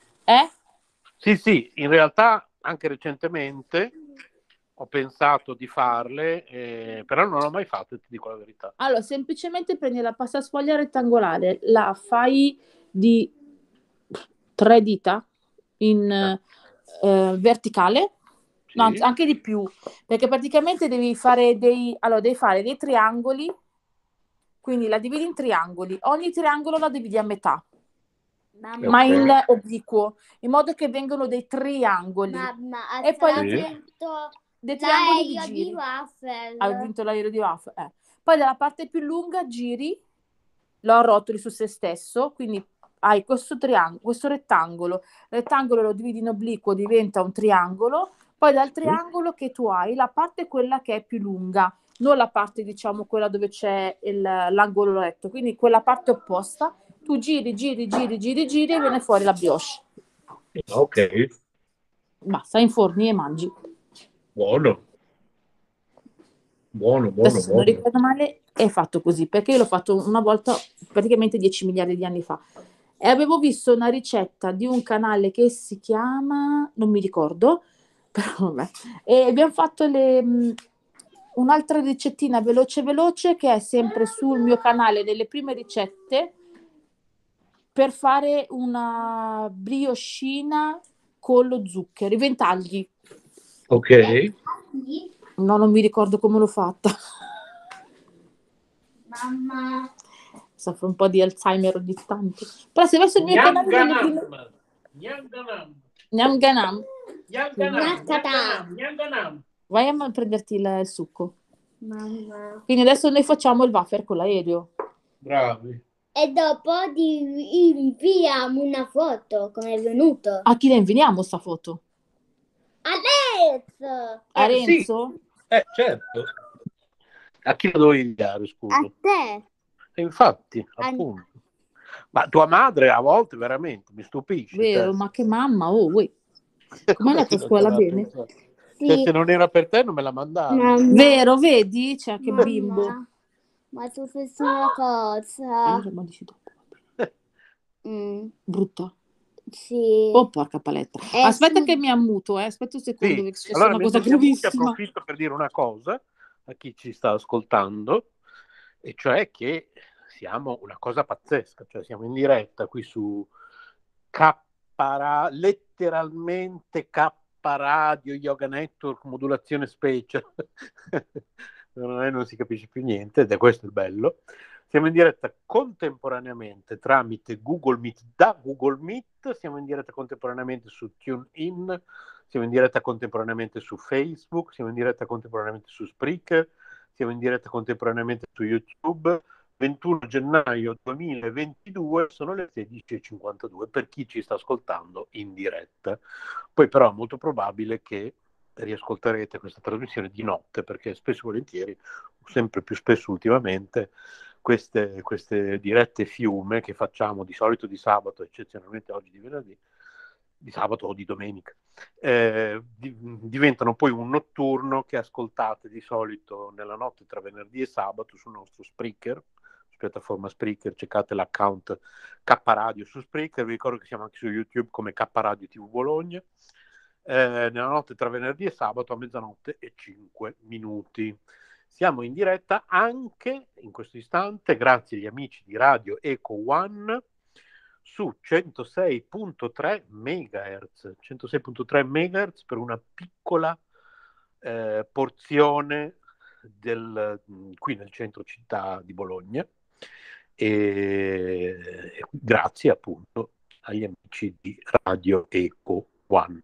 Sì, in realtà anche recentemente ho pensato di farle, però non l'ho mai fatto, ti dico la verità.
Allora, semplicemente prendi la pasta sfoglia rettangolare, la fai di 3 dita in verticale, no, anche di più, perché praticamente devi fare dei triangoli, quindi la dividi in triangoli, ogni triangolo la dividi a metà, ma in obliquo, in modo che vengano dei triangoli. E poi dei triangoli di giri. Hai vinto l'aereo di wafer. Poi dalla parte più lunga giri, lo arrotoli su se stesso, quindi hai questo rettangolo lo dividi in obliquo, diventa un triangolo, poi dal triangolo che tu hai, la parte quella che è più lunga, non la parte, diciamo, quella dove c'è l'angolo retto, quindi quella parte opposta, tu giri e viene fuori la brioche.
Ok.
Basta, inforni e mangi.
Buono.
Adesso, se non ricordo male, è fatto così, perché io l'ho fatto una volta praticamente 10 miliardi di anni fa. E avevo visto una ricetta di un canale che si chiama, non mi ricordo, però vabbè. E abbiamo fatto un'altra ricettina veloce che è sempre sul mio canale delle prime ricette per fare una brioscina con lo zucchero, i ventagli.
Ok.
No, non mi ricordo come l'ho fatta.
Mamma.
Soffro un po' di Alzheimer ogni tanto. Però se vai sul mio canale delle prime... Nyam ganam. Vai a prenderti il succo.
Mamma.
Quindi adesso noi facciamo il wafer con l'aereo.
Bravi.
E dopo inviamo una foto, come è venuto.
A chi la inviamo sta foto?
A Renzo.
A Renzo?
Sì. Certo. A chi la devo inviare, scusa?
A te.
Infatti, appunto. Ma tua madre a volte veramente mi stupisce.
Vero, ma che mamma, come è andata a scuola bene?
Sì. Se non era per te non me la mandavi.
Mamma.
Vero, vedi? Cioè, che bimbo.
Ma tu fai una cosa.
Ma dici dopo. Brutta.
Sì.
Oh, porca paletta. Aspetta che mi ammuto, aspetta un secondo, che c'è una cosa gravissima.
Approfitto per dire una cosa a chi ci sta ascoltando, e cioè che siamo una cosa pazzesca, cioè siamo in diretta qui su letteralmente K Radio Yoga Network Modulazione Special. Non si capisce più niente, ed è questo il bello. Siamo in diretta contemporaneamente tramite Google Meet, da Google Meet, siamo in diretta contemporaneamente su TuneIn, siamo in diretta contemporaneamente su Facebook, siamo in diretta contemporaneamente su Spreaker, siamo in diretta contemporaneamente su YouTube. 21 gennaio 2022, sono le 16:52 per chi ci sta ascoltando in diretta. Poi però è molto probabile che riascolterete questa trasmissione di notte, perché spesso e volentieri, sempre più spesso ultimamente, queste dirette fiume che facciamo di solito di sabato, eccezionalmente oggi di venerdì, di sabato o di domenica, diventano poi un notturno che ascoltate di solito nella notte tra venerdì e sabato sul nostro Spreaker, piattaforma Spreaker, cercate l'account K Radio su Spreaker, vi ricordo che siamo anche su YouTube come K Radio TV Bologna, nella notte tra venerdì e sabato a 00:05. Siamo in diretta anche in questo istante grazie agli amici di Radio Eco One su 106.3 MHz, 106.3 MHz per una piccola porzione qui nel centro città di Bologna, e grazie appunto agli amici di Radio Eco One.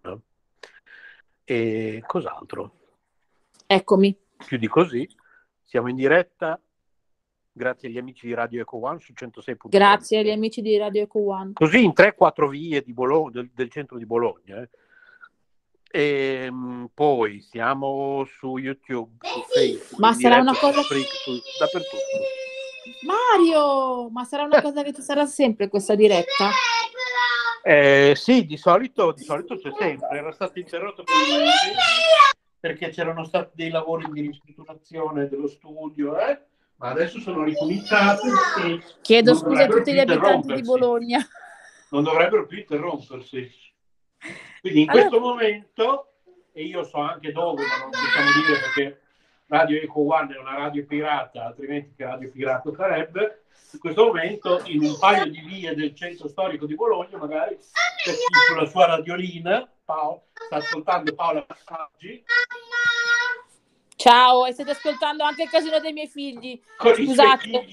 E cos'altro?
Eccomi.
Più di così, siamo in diretta grazie agli amici di Radio Eco One su 106.3.
Grazie agli amici di Radio Eco One.
Così in 3-4 vie di del centro di Bologna. E poi siamo su YouTube, su Facebook.
Ma sarà una cosa
dappertutto.
Mario, ma sarà una cosa che ci sarà sempre questa diretta?
Sì, di solito c'è sempre. Era stato interrotto perché c'erano stati dei lavori di ristrutturazione dello studio, ma adesso sono ricominciati.
Chiedo scusa a tutti gli abitanti di Bologna.
Non dovrebbero più interrompersi. Quindi in questo momento, e io so anche dove, ma non possiamo dire perché Radio Eco One è una radio pirata, altrimenti che radio pirata sarebbe, in questo momento in un paio di vie del centro storico di Bologna, magari c'è chi sulla sua radiolina, sta ascoltando Paola Passaggi.
Ciao, e state ascoltando anche il casino dei miei figli. Scusate.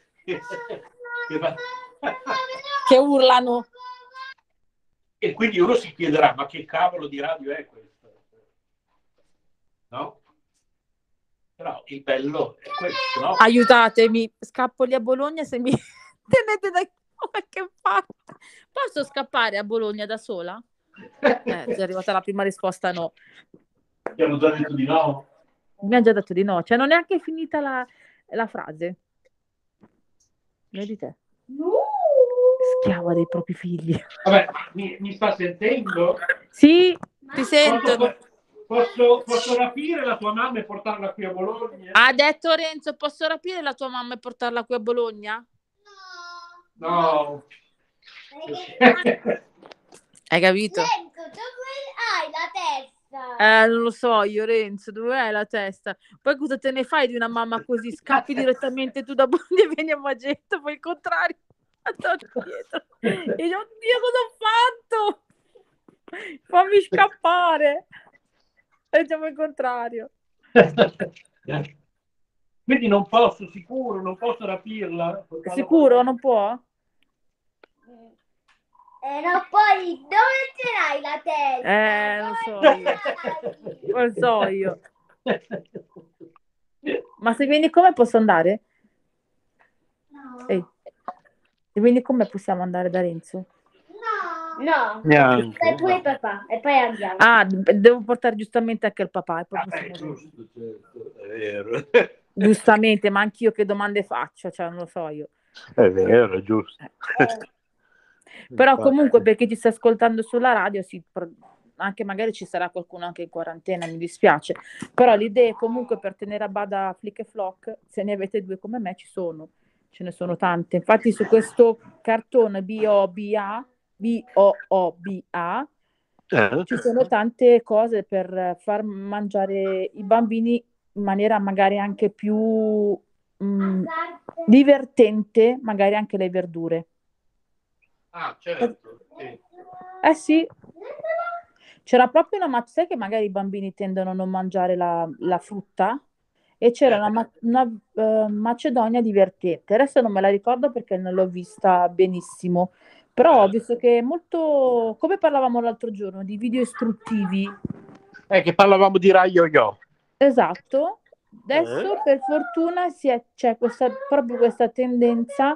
Che urlano.
E quindi uno si chiederà, ma che cavolo di radio è questa? No? Però il bello è questo, no?
Aiutatemi, scappo lì a Bologna se mi tenete da qualche parte. Posso scappare a Bologna da sola? È arrivata la prima risposta no.
Ti hanno già detto di no?
Mi ha già detto di no, cioè non è neanche finita la frase. Vedi te? Schiava dei propri figli.
Vabbè, mi sta sentendo?
Sì, ti sento.
Posso rapire la tua mamma e portarla qui a Bologna?
Ha detto Renzo, posso rapire la tua mamma e portarla qui a Bologna?
No.
Hai capito?
Renzo, dove hai la testa?
Non lo so io, Renzo, dove hai la testa? Poi cosa te ne fai di una mamma così? Scappi direttamente tu da Bologna e vieni a Magenta, poi il contrario. Dietro. E io, oddio, cosa ho fatto? Fammi scappare. Facciamo il contrario.
Quindi non posso, sicuro, non posso rapirla.
Sicuro, non può?
No, poi dove ce l'hai la testa?
Lo so io. Ma se vieni con me posso andare?
No.
Ehi. Se vieni con me possiamo andare da Renzo?
No.
Neanche.
E poi papà, e poi andiamo.
Ah, devo portare giustamente anche il papà. E poi
Giusto, certo, è vero.
Giustamente, ma anch'io che domande faccio, cioè non lo so io.
È vero, è giusto.
Però comunque per chi ci sta ascoltando sulla radio, anche magari ci sarà qualcuno anche in quarantena, mi dispiace, però le idee comunque per tenere a bada Flick e Flock, se ne avete due come me, ce ne sono tante. Infatti su questo cartone BOOBA ci sono tante cose per far mangiare i bambini in maniera magari anche più divertente, magari anche le verdure.
Ah, certo. Sì.
Sì. C'era proprio sai che magari i bambini tendono a non mangiare la frutta? E c'era una Macedonia divertente. Adesso non me la ricordo perché non l'ho vista benissimo. Però ho visto che è molto, come parlavamo l'altro giorno, di video istruttivi.
Che parlavamo di Rai Yo-Yo.
Esatto. Adesso per fortuna c'è proprio questa tendenza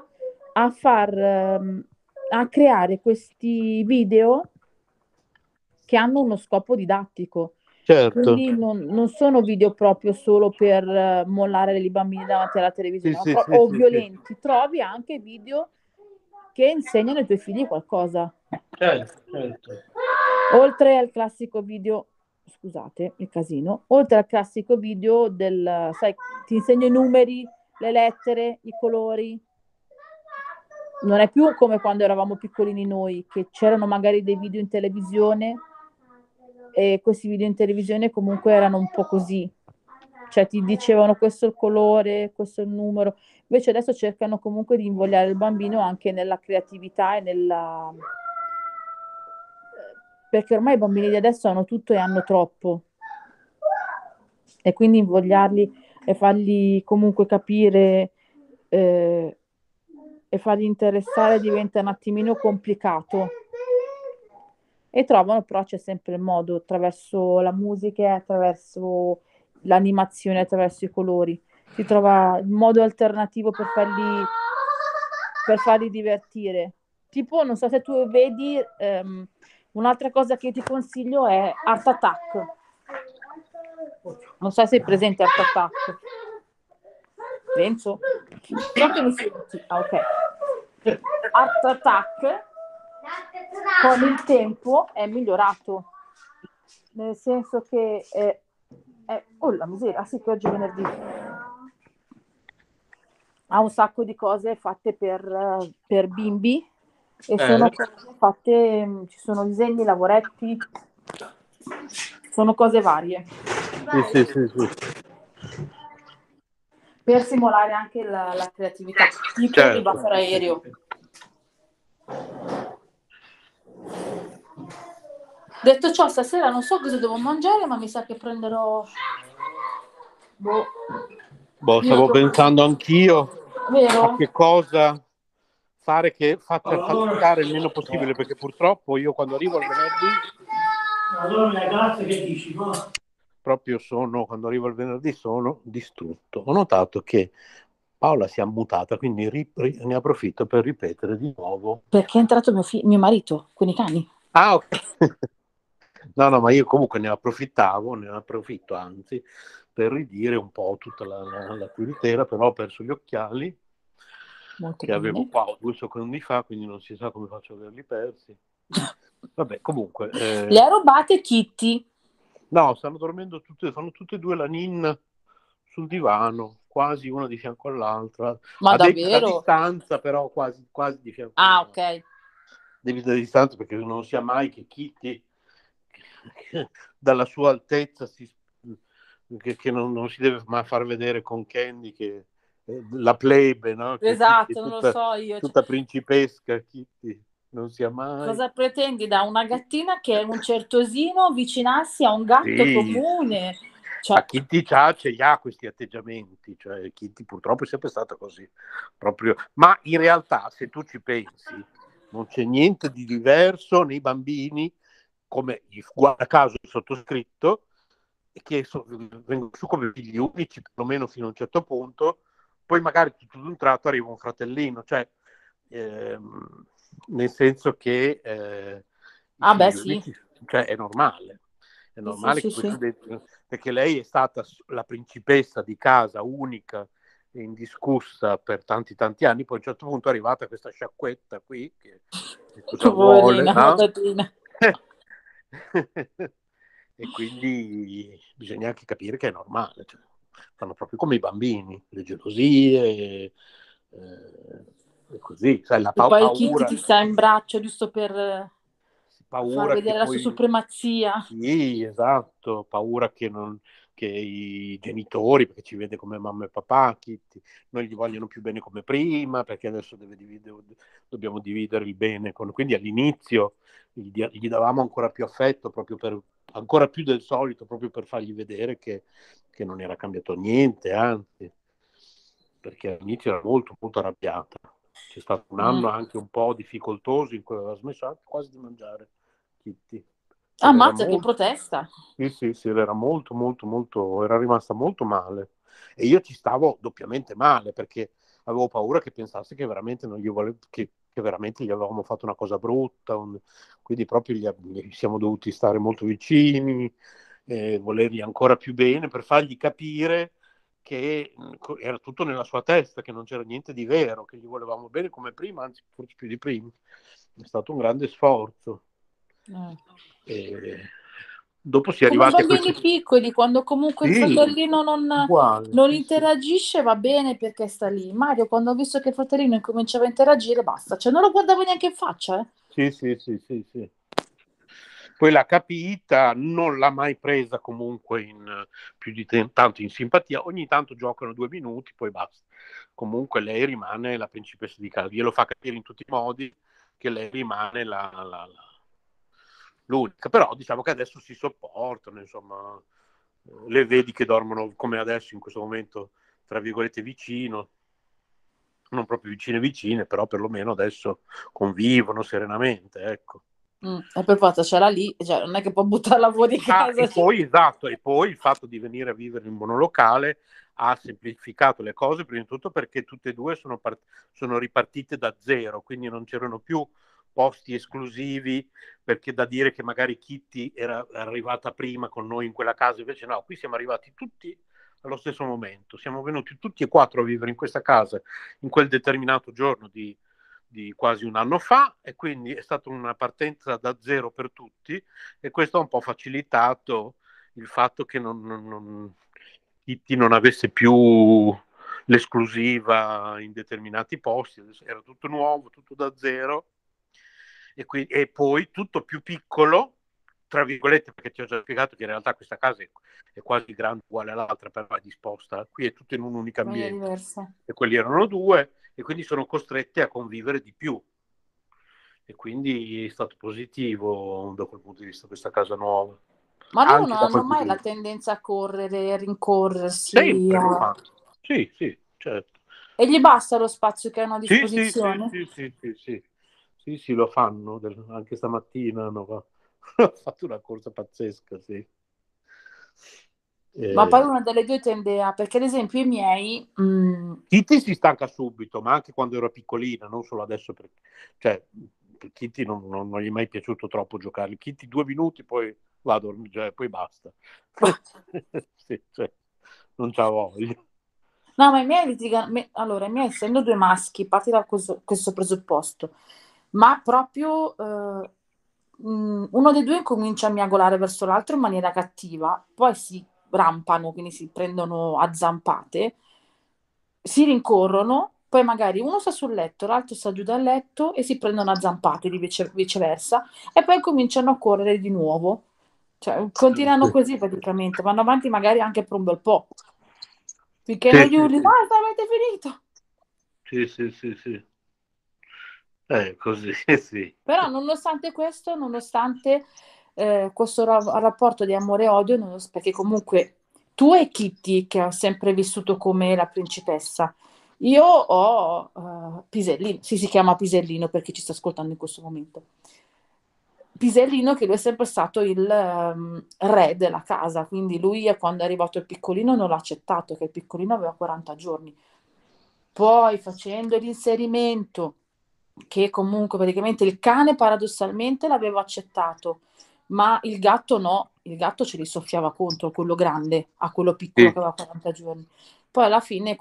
a creare questi video che hanno uno scopo didattico.
Certo.
Quindi non sono video proprio solo per mollare i bambini davanti alla televisione o violenti. Sì. Trovi anche video che insegnano ai tuoi figli qualcosa.
Certo.
Oltre al classico video, scusate il casino, oltre al classico video sai, ti insegno i numeri, le lettere, i colori. Non è più come quando eravamo piccolini noi, che c'erano magari dei video in televisione e questi video in televisione comunque erano un po' così, cioè ti dicevano questo è il colore, questo è il numero, invece adesso cercano comunque di invogliare il bambino anche nella creatività e perché ormai i bambini di adesso hanno tutto e hanno troppo, e quindi invogliarli e fargli comunque capire e fargli interessare diventa un attimino complicato. E trovano, però c'è sempre il modo, attraverso la musica, attraverso l'animazione, attraverso i colori. Si trova il modo alternativo per farli divertire. Tipo, non so se tu vedi, un'altra cosa che ti consiglio è Art Attack. Non so se è presente Art Attack. Penso? So che mi senti. Ah, ok. Art Attack con il tempo è migliorato, nel senso che oh la miseria, sì che oggi è venerdì, ha un sacco di cose fatte per bimbi e sono cose fatte, ci sono disegni, lavoretti, sono cose varie.
Sì.
Per simulare anche la creatività, tipo il buffer aereo. Detto ciò, stasera non so cosa devo mangiare, ma mi sa che prenderò
stavo pensando anch'io.
Vero?
A che cosa fare che faccia faticare il meno possibile, perché purtroppo io quando arrivo al venerdì
Madonna, grazie che dici, no?
proprio quando arrivo il venerdì sono distrutto. Ho notato che Paola si è ammutata, quindi ne approfitto per ripetere di nuovo.
Perché è entrato mio marito con i cani.
Ah, ok. No, ma io comunque ne approfitto anzi, per ridire un po' tutta la intera, però ho perso gli occhiali
Molto
che
bene.
avevo qua 2 secondi fa, quindi non si sa come faccio a averli persi. Vabbè, comunque...
Le ha rubate Kitty?
No, stanno dormendo fanno tutte e due la ninna sul divano, quasi una di fianco all'altra.
Ma
a
davvero?
debita distanza, però quasi di fianco all'altra.
Ah, ok.
Debita distanza perché non sia mai che Kitty dalla sua altezza che non si deve mai far vedere con Candy che la plebe, no? Che
Esatto,
Kitty,
non lo so io.
tutta principesca, Kitty non sia mai.
Cosa pretendi da una gattina che è un certosino avvicinarsi a un gatto comune?
Cioè... A Kitty ha questi atteggiamenti, cioè Kitty purtroppo è sempre stata così, proprio. Ma in realtà se tu ci pensi non c'è niente di diverso nei bambini, come guarda caso il sottoscritto, che vengono su come figli unici, perlomeno fino a un certo punto, poi magari tutto d'un tratto arriva un fratellino, cioè nel senso che
sì.
Cioè è normale
Sì.
perché lei è stata la principessa di casa, unica e indiscussa per tanti anni, poi a un certo punto è arrivata questa sciacquetta qui che cosa vuole, no? E quindi bisogna anche capire che è normale, cioè, fanno proprio come i bambini, le gelosie e così, sai, la
poi
paura.
Kitty ti sta in braccio giusto per far vedere la sua supremazia.
Sì, esatto, paura che i genitori, perché ci vede come mamma e papà, Kitty, non gli vogliono più bene come prima, perché adesso dobbiamo dividere il bene quindi all'inizio gli davamo ancora più affetto, proprio ancora più del solito, proprio per fargli vedere che non era cambiato niente, anzi, perché all'inizio era molto molto arrabbiata. C'è stato un anno anche un po' difficoltoso in cui aveva smesso quasi di mangiare Kitty.
Ammazza, che protesta!
Sì, era era rimasta molto male. E io ci stavo doppiamente male, perché avevo paura che pensasse che veramente non gli volevo, che veramente gli avevamo fatto una cosa brutta, quindi proprio gli siamo dovuti stare molto vicini, volergli ancora più bene, per fargli capire che era tutto nella sua testa, che non c'era niente di vero, che gli volevamo bene come prima, anzi forse più di prima. È stato un grande sforzo. Dopo si è
come
arrivati
bambini piccoli, quando comunque il fratellino non interagisce, va bene perché sta lì. Mario, quando ho visto che il fratellino incominciava a interagire, basta, cioè non lo guardavo neanche in faccia.
Sì. Poi l'ha capita, non l'ha mai presa comunque più di tanto in simpatia, ogni tanto giocano 2 minuti, poi basta. Comunque lei rimane la principessa di casa, glielo fa capire in tutti i modi che lei rimane l'unica, però diciamo che adesso si sopportano, insomma, le vedi che dormono come adesso in questo momento, tra virgolette, vicino, non proprio vicine, però perlomeno adesso convivono serenamente, ecco.
E per forza c'era lì, cioè non è che può buttarla fuori casa.
E poi il fatto di venire a vivere in monolocale ha semplificato le cose, prima di tutto perché tutte e due sono ripartite da zero, quindi non c'erano più posti esclusivi, perché da dire che magari Kitty era arrivata prima con noi in quella casa, invece no, qui siamo arrivati tutti allo stesso momento, siamo venuti tutti e 4 a vivere in questa casa in quel determinato giorno di quasi un anno fa, e quindi è stata una partenza da zero per tutti, e questo ha un po' facilitato il fatto che Kitty non avesse più l'esclusiva in determinati posti, era tutto nuovo, tutto da zero, e poi tutto più piccolo, tra virgolette, perché ti ho già spiegato che in realtà questa casa è quasi grande uguale all'altra, però è disposta, qui è tutto in un unico ambiente, e quelli erano 2, e quindi sono costretti a convivere di più, e quindi è stato positivo da quel punto di vista questa casa nuova.
Ma loro non hanno mai la tendenza a correre, a rincorrersi?
Sì, certo.
E gli basta lo spazio che hanno a disposizione?
Sì, lo fanno, anche stamattina hanno fatto una corsa pazzesca, sì.
Ma poi una delle due tende a... Perché ad esempio i miei...
Kitty si stanca subito, ma anche quando era piccolina, non solo adesso. Cioè, Kitty non gli è mai piaciuto troppo giocare. Kitty 2 minuti, poi va a dormire, cioè, poi basta. Sì, cioè, non c'ha voglia.
No, ma i miei litigano... Allora, i miei, essendo due maschi, parti da questo presupposto, ma proprio... uno dei due comincia a miagolare verso l'altro in maniera cattiva, poi si rampano, quindi si prendono a zampate, si rincorrono, poi magari uno sta sul letto, l'altro sta giù dal letto e si prendono a zampate, viceversa, e poi cominciano a correre di nuovo. Cioè, continuano così praticamente, vanno avanti magari anche per un bel po'. Finché non gli urli, basta, avete finito!
Sì. Così, sì.
Però nonostante questo, nonostante questo rapporto di amore e odio, perché comunque tu e Kitty, che ha sempre vissuto come la principessa, io ho Pisellino, si chiama Pisellino perché ci sta ascoltando in questo momento. Pisellino, che lui è sempre stato il re della casa, quindi lui quando è arrivato il piccolino non l'ha accettato, che il piccolino aveva 40 giorni. Poi facendo l'inserimento che comunque praticamente il cane paradossalmente l'aveva accettato, ma il gatto no, il gatto ce li soffiava contro, quello grande, a quello piccolo che aveva 40 giorni. Poi alla fine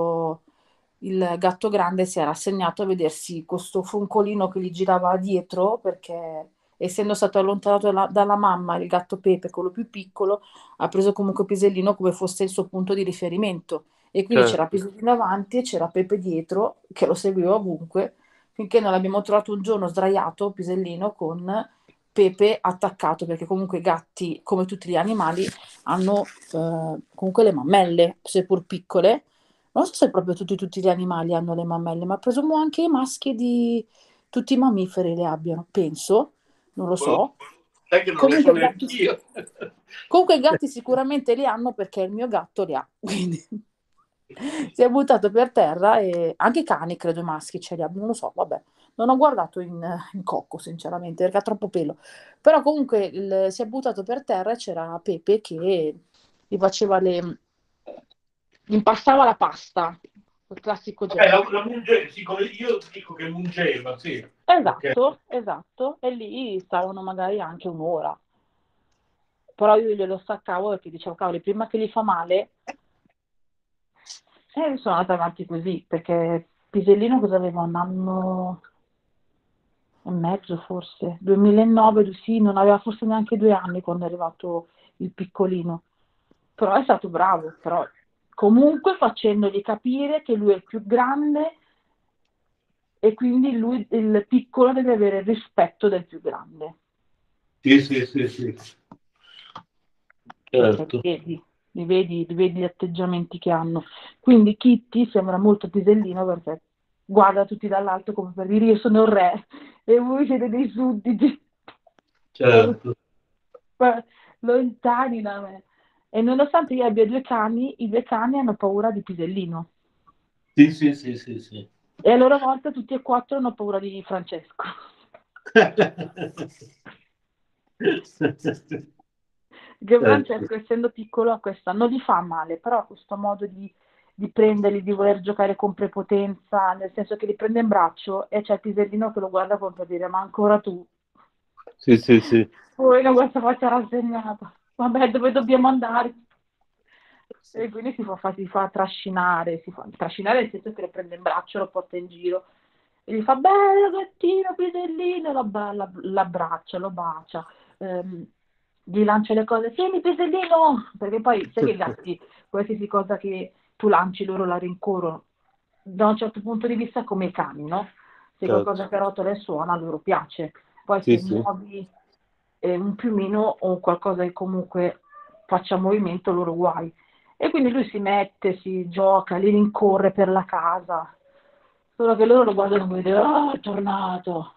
il gatto grande si era rassegnato a vedersi questo funcolino che gli girava dietro, perché essendo stato allontanato dalla mamma, il gatto Pepe, quello più piccolo, ha preso comunque Pisellino come fosse il suo punto di riferimento. E quindi c'era Pisellino avanti e c'era Pepe dietro, che lo seguiva ovunque, finché non l'abbiamo trovato un giorno sdraiato, Pisellino, con Pepe attaccato, perché comunque i gatti, come tutti gli animali, hanno comunque le mammelle, seppur piccole. Non so se proprio tutti gli animali hanno le mammelle, ma presumo anche i maschi di tutti i mammiferi le abbiano, penso, non lo so.
Sai che non lo so neanche io.
Comunque i gatti sicuramente li hanno perché il mio gatto li ha, quindi si è buttato per terra e anche i cani, credo i maschi ce li abbiano, non lo so, vabbè. Non ho guardato in Cocco, sinceramente, perché ha troppo pelo. Però comunque si è buttato per terra e c'era Pepe che gli faceva impastava la pasta, il classico gesto.
Sì, io dico che mungeva, sì.
Esatto. E lì stavano magari anche un'ora. Però io glielo staccavo perché dicevo, cavoli, prima che gli fa male... sono andata avanti così, perché Pisellino cosa aveva? Un anno e mezzo forse, 2009, sì, non aveva forse neanche 2 anni quando è arrivato il piccolino. Però è stato bravo, però comunque facendogli capire che lui è il più grande e quindi lui, il piccolo, deve avere il rispetto del più grande.
Sì. Certo.
Li vedi gli atteggiamenti che hanno. Quindi Kitty sembra molto Pisellino perché guarda tutti dall'alto come per dire io sono il re e voi siete dei sudditi.
Certo.
Lontani da me. E nonostante io abbia 2 cani, i 2 cani hanno paura di Pisellino.
Sì.
E a loro volta tutti e 4 hanno paura di Francesco. Che Francesco, essendo piccolo, a questa non gli fa male, però questo modo di prenderli, di voler giocare con prepotenza, nel senso che li prende in braccio e c'è il Pisellino che lo guarda come per dire ma ancora tu?
Sì.
Poi con questa faccia rassegnata. Vabbè, dove dobbiamo andare? E quindi si fa trascinare, nel senso che lo prende in braccio, lo porta in giro e gli fa bello gattino, Pisellino, l'abbraccia, lo bacia, gli lancia le cose, tieni Pisellino, perché poi sai che i gatti, qualsiasi cosa che tu lanci loro la rincorrono, da un certo punto di vista come i cani, no? Se qualcosa che rotola e suona a loro piace, poi se muovi un piumino o qualcosa che comunque faccia movimento loro guai. E quindi lui si mette, si gioca, li rincorre per la casa. Solo che loro lo guardano come dire, oh, è tornato.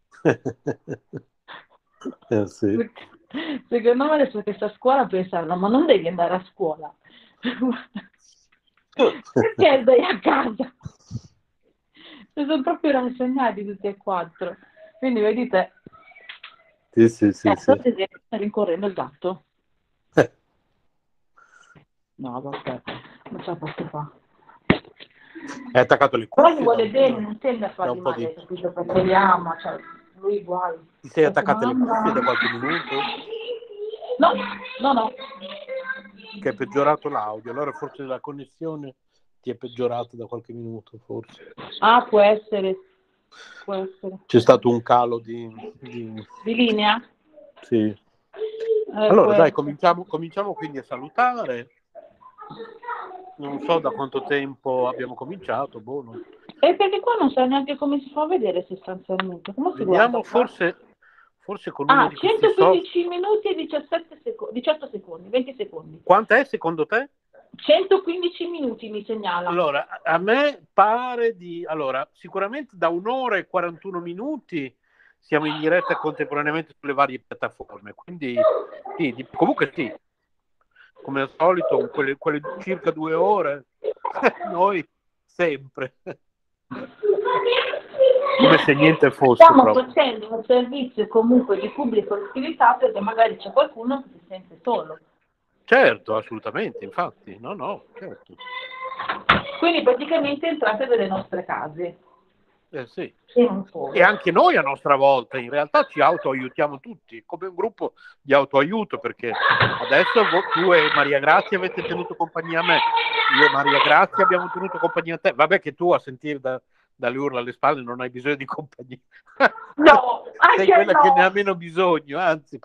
Sì.
Secondo me adesso che sta a scuola pensano, ma non devi andare a scuola. Perché stai a casa? Sono proprio rassegnati tutti e 4. Quindi vedete,
sì.
sta rincorrendo il gatto. No, vabbè, non ce la posso fare.
È attaccato le
Però
cuffie.
gli vuole bene, non tende a fargli male, capito? Perché li ama, cioè, lui guai.
Ti sei attaccate le cuffie da qualche minuto?
No.
Che è peggiorato l'audio, allora forse la connessione ti è peggiorata da qualche minuto, forse.
Ah, può essere.
C'è stato un calo di
linea?
Sì. Allora, dai, cominciamo quindi a salutare. Non so da quanto tempo abbiamo cominciato, no.
E perché qua non sa neanche come si fa a vedere sostanzialmente. Come si
Vediamo,
guarda?
forse con uno di questi
115 minuti e 18 secondi, 20 secondi.
Quant'è secondo te?
115 minuti mi segnala.
Allora, a me pare sicuramente da 1 ora e 41 minuti siamo in diretta contemporaneamente sulle varie piattaforme, quindi sì, comunque sì, come al solito, quelle circa 2 ore, noi sempre, come se niente fosse.
Stiamo facendo un servizio comunque di pubblica utilità, perché magari c'è qualcuno che si sente solo.
Certo, assolutamente, infatti, no, certo.
Quindi praticamente entrate nelle nostre case.
Sì. E anche noi a nostra volta, in realtà ci autoaiutiamo tutti, come un gruppo di autoaiuto, perché adesso tu e Maria Grazia avete tenuto compagnia a me, io e Maria Grazia abbiamo tenuto compagnia a te, vabbè che tu a sentire dalle urla alle spalle non hai bisogno di compagnia.
No,
sei quella che ne ha meno bisogno, anzi,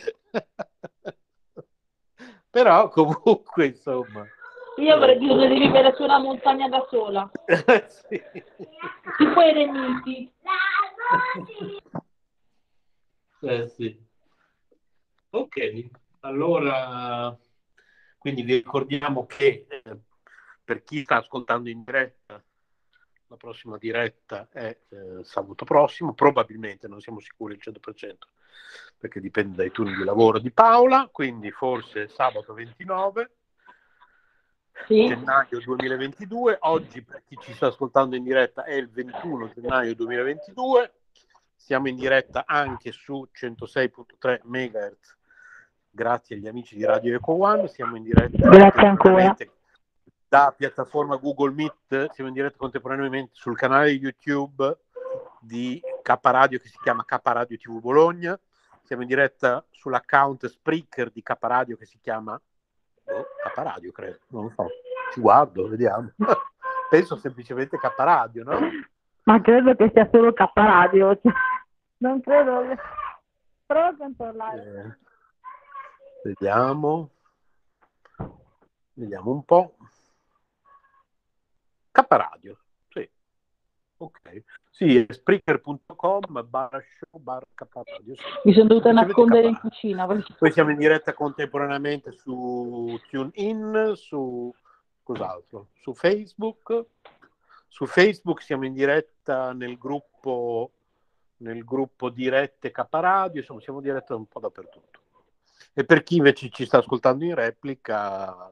però comunque insomma.
Io avrei bisogno di vivere su una montagna da sola.
Sì.
Tipo eremiti.
Sì. Ok, allora quindi vi ricordiamo che per chi sta ascoltando in diretta, la prossima diretta è sabato prossimo, probabilmente, non siamo sicuri al 100%, perché dipende dai turni di lavoro di Paola, quindi forse sabato 29 gennaio 2022. Oggi, per chi ci sta ascoltando in diretta, è il 21 gennaio 2022. Siamo in diretta anche su 106.3 MHz, grazie agli amici di Radio Eco One. Siamo in diretta da piattaforma Google Meet, siamo in diretta contemporaneamente sul canale YouTube di K Radio che si chiama K Radio TV Bologna. Siamo in diretta sull'account Spreaker di K Radio che si chiama K Radio, credo, non lo so, ci guardo, vediamo. Penso semplicemente K Radio, no?
Ma credo che sia solo K Radio, non credo. Prova a controllare.
Vediamo un po'. K Radio, sì, ok. Sì, è spreaker.com/show/K-Radio. Sì.
Mi sono dovuta nascondere in cucina.
Poi siamo in diretta contemporaneamente su TuneIn, su cos'altro? Su Facebook. Su Facebook siamo in diretta nel gruppo dirette K Radio, insomma siamo in diretta un po' dappertutto. E per chi invece ci sta ascoltando in replica,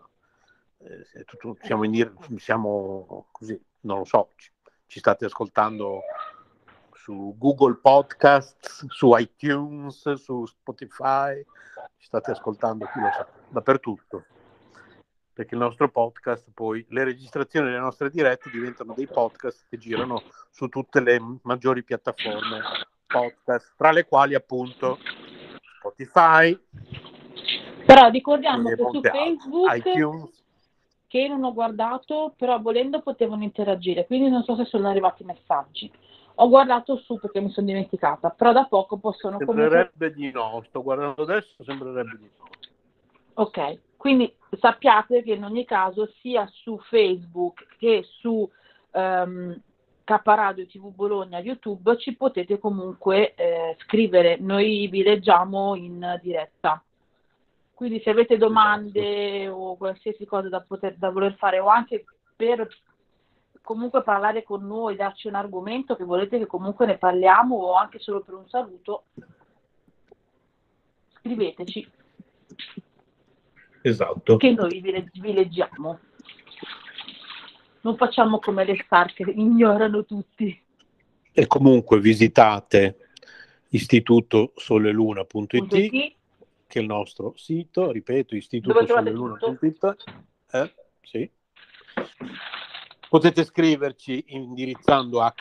siamo così, non lo so, ci state ascoltando su Google Podcast, su iTunes, su Spotify, ci state ascoltando, chi lo sa, dappertutto, perché il nostro podcast, poi le registrazioni delle nostre dirette diventano dei podcast che girano su tutte le maggiori piattaforme podcast, tra le quali appunto Spotify.
Però ricordiamo che su Facebook,
iTunes,
che io non ho guardato, però volendo potevano interagire, quindi non so se sono arrivati messaggi. Ho guardato su perché mi sono dimenticata, però da poco possono
sembrerebbe di no, sto guardando adesso, sembrerebbe di no.
Ok, quindi sappiate che in ogni caso sia su Facebook che su K Radio TV Bologna YouTube ci potete comunque scrivere, noi vi leggiamo in diretta. Quindi se avete domande o qualsiasi cosa da voler fare, o anche per comunque parlare con noi, darci un argomento che volete che comunque ne parliamo, o anche solo per un saluto, scriveteci.
Esatto.
Che noi vi leggiamo. Non facciamo come le star che ignorano tutti.
E comunque visitate istitutosoleluna.it, che è il nostro sito, ripeto, istitutosoleluna.it, Sì. Potete scriverci indirizzando a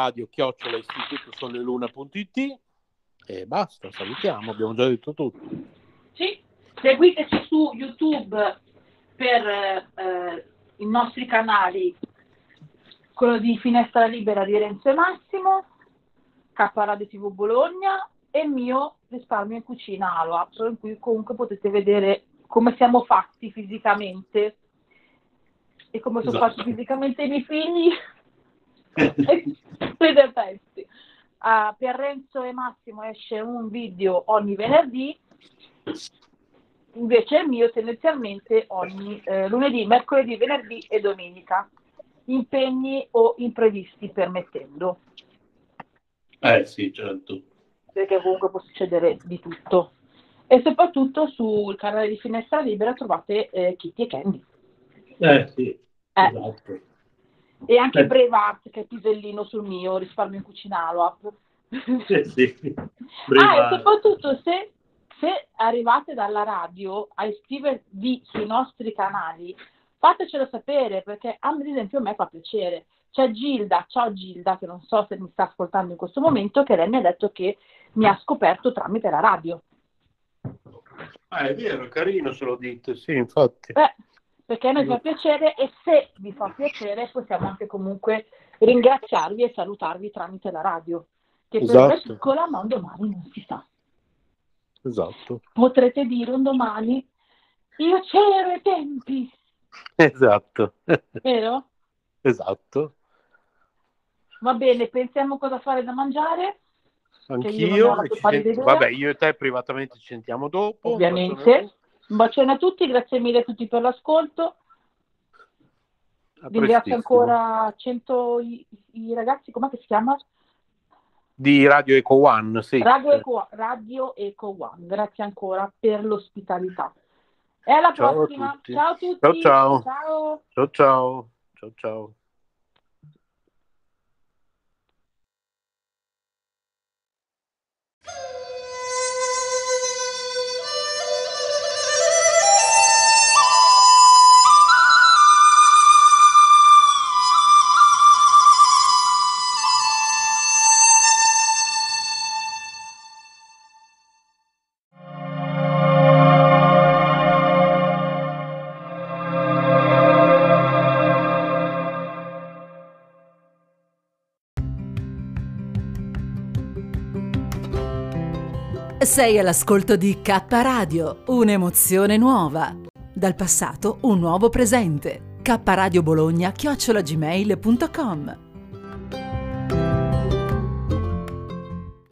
kradio@istitutosoneluna.it e basta, salutiamo, abbiamo già detto tutto.
Sì, seguiteci su YouTube per i nostri canali, quello di Finestra Libera di Renzo e Massimo, K Radio TV Bologna e il mio Risparmio in Cucina Aloha, in cui comunque potete vedere come siamo fatti fisicamente e come sono fatti fisicamente i miei figli e dei pezzi. Per Renzo e Massimo esce un video ogni venerdì, invece il mio tendenzialmente ogni lunedì, mercoledì, venerdì e domenica, impegni o imprevisti permettendo.
Sì, certo.
Perché comunque può succedere di tutto. E soprattutto sul canale di Finestra Libera trovate Kitty e Candy.
Sì, esatto.
E anche Braveheart, che è pisellino sul mio Risparmio in Cucina Aloha.
Sì.
E soprattutto se arrivate dalla radio a iscrivervi sui nostri canali, fatecelo sapere, perché ad esempio a me fa piacere. C'è Gilda, ciao Gilda, che non so se mi sta ascoltando in questo momento, che lei mi ha detto che mi ha scoperto tramite la radio.
È vero, carino se lo dite, sì, infatti.
Perché a noi fa piacere, e se vi fa piacere possiamo anche comunque ringraziarvi e salutarvi tramite la radio, che per me è piccola, ma un domani non si sa.
Esatto.
Potrete dire un domani, io c'ero ai tempi.
Esatto.
Vero?
Esatto.
Va bene, pensiamo cosa fare da mangiare.
Anch'io. Vabbè, io e te privatamente ci sentiamo dopo.
Ovviamente. Un bacione a tutti, grazie mille a tutti per l'ascolto. Ringrazio ancora 100 i ragazzi, com'è che si chiama?
Di Radio Eco One, sì.
Radio Eco One, grazie ancora per l'ospitalità. E alla prossima. Ciao a tutti.
Ciao.
Ciao.
Ciao.
Sei all'ascolto di K Radio, un'emozione nuova. Dal passato un nuovo presente. K Radio Bologna @gmail.com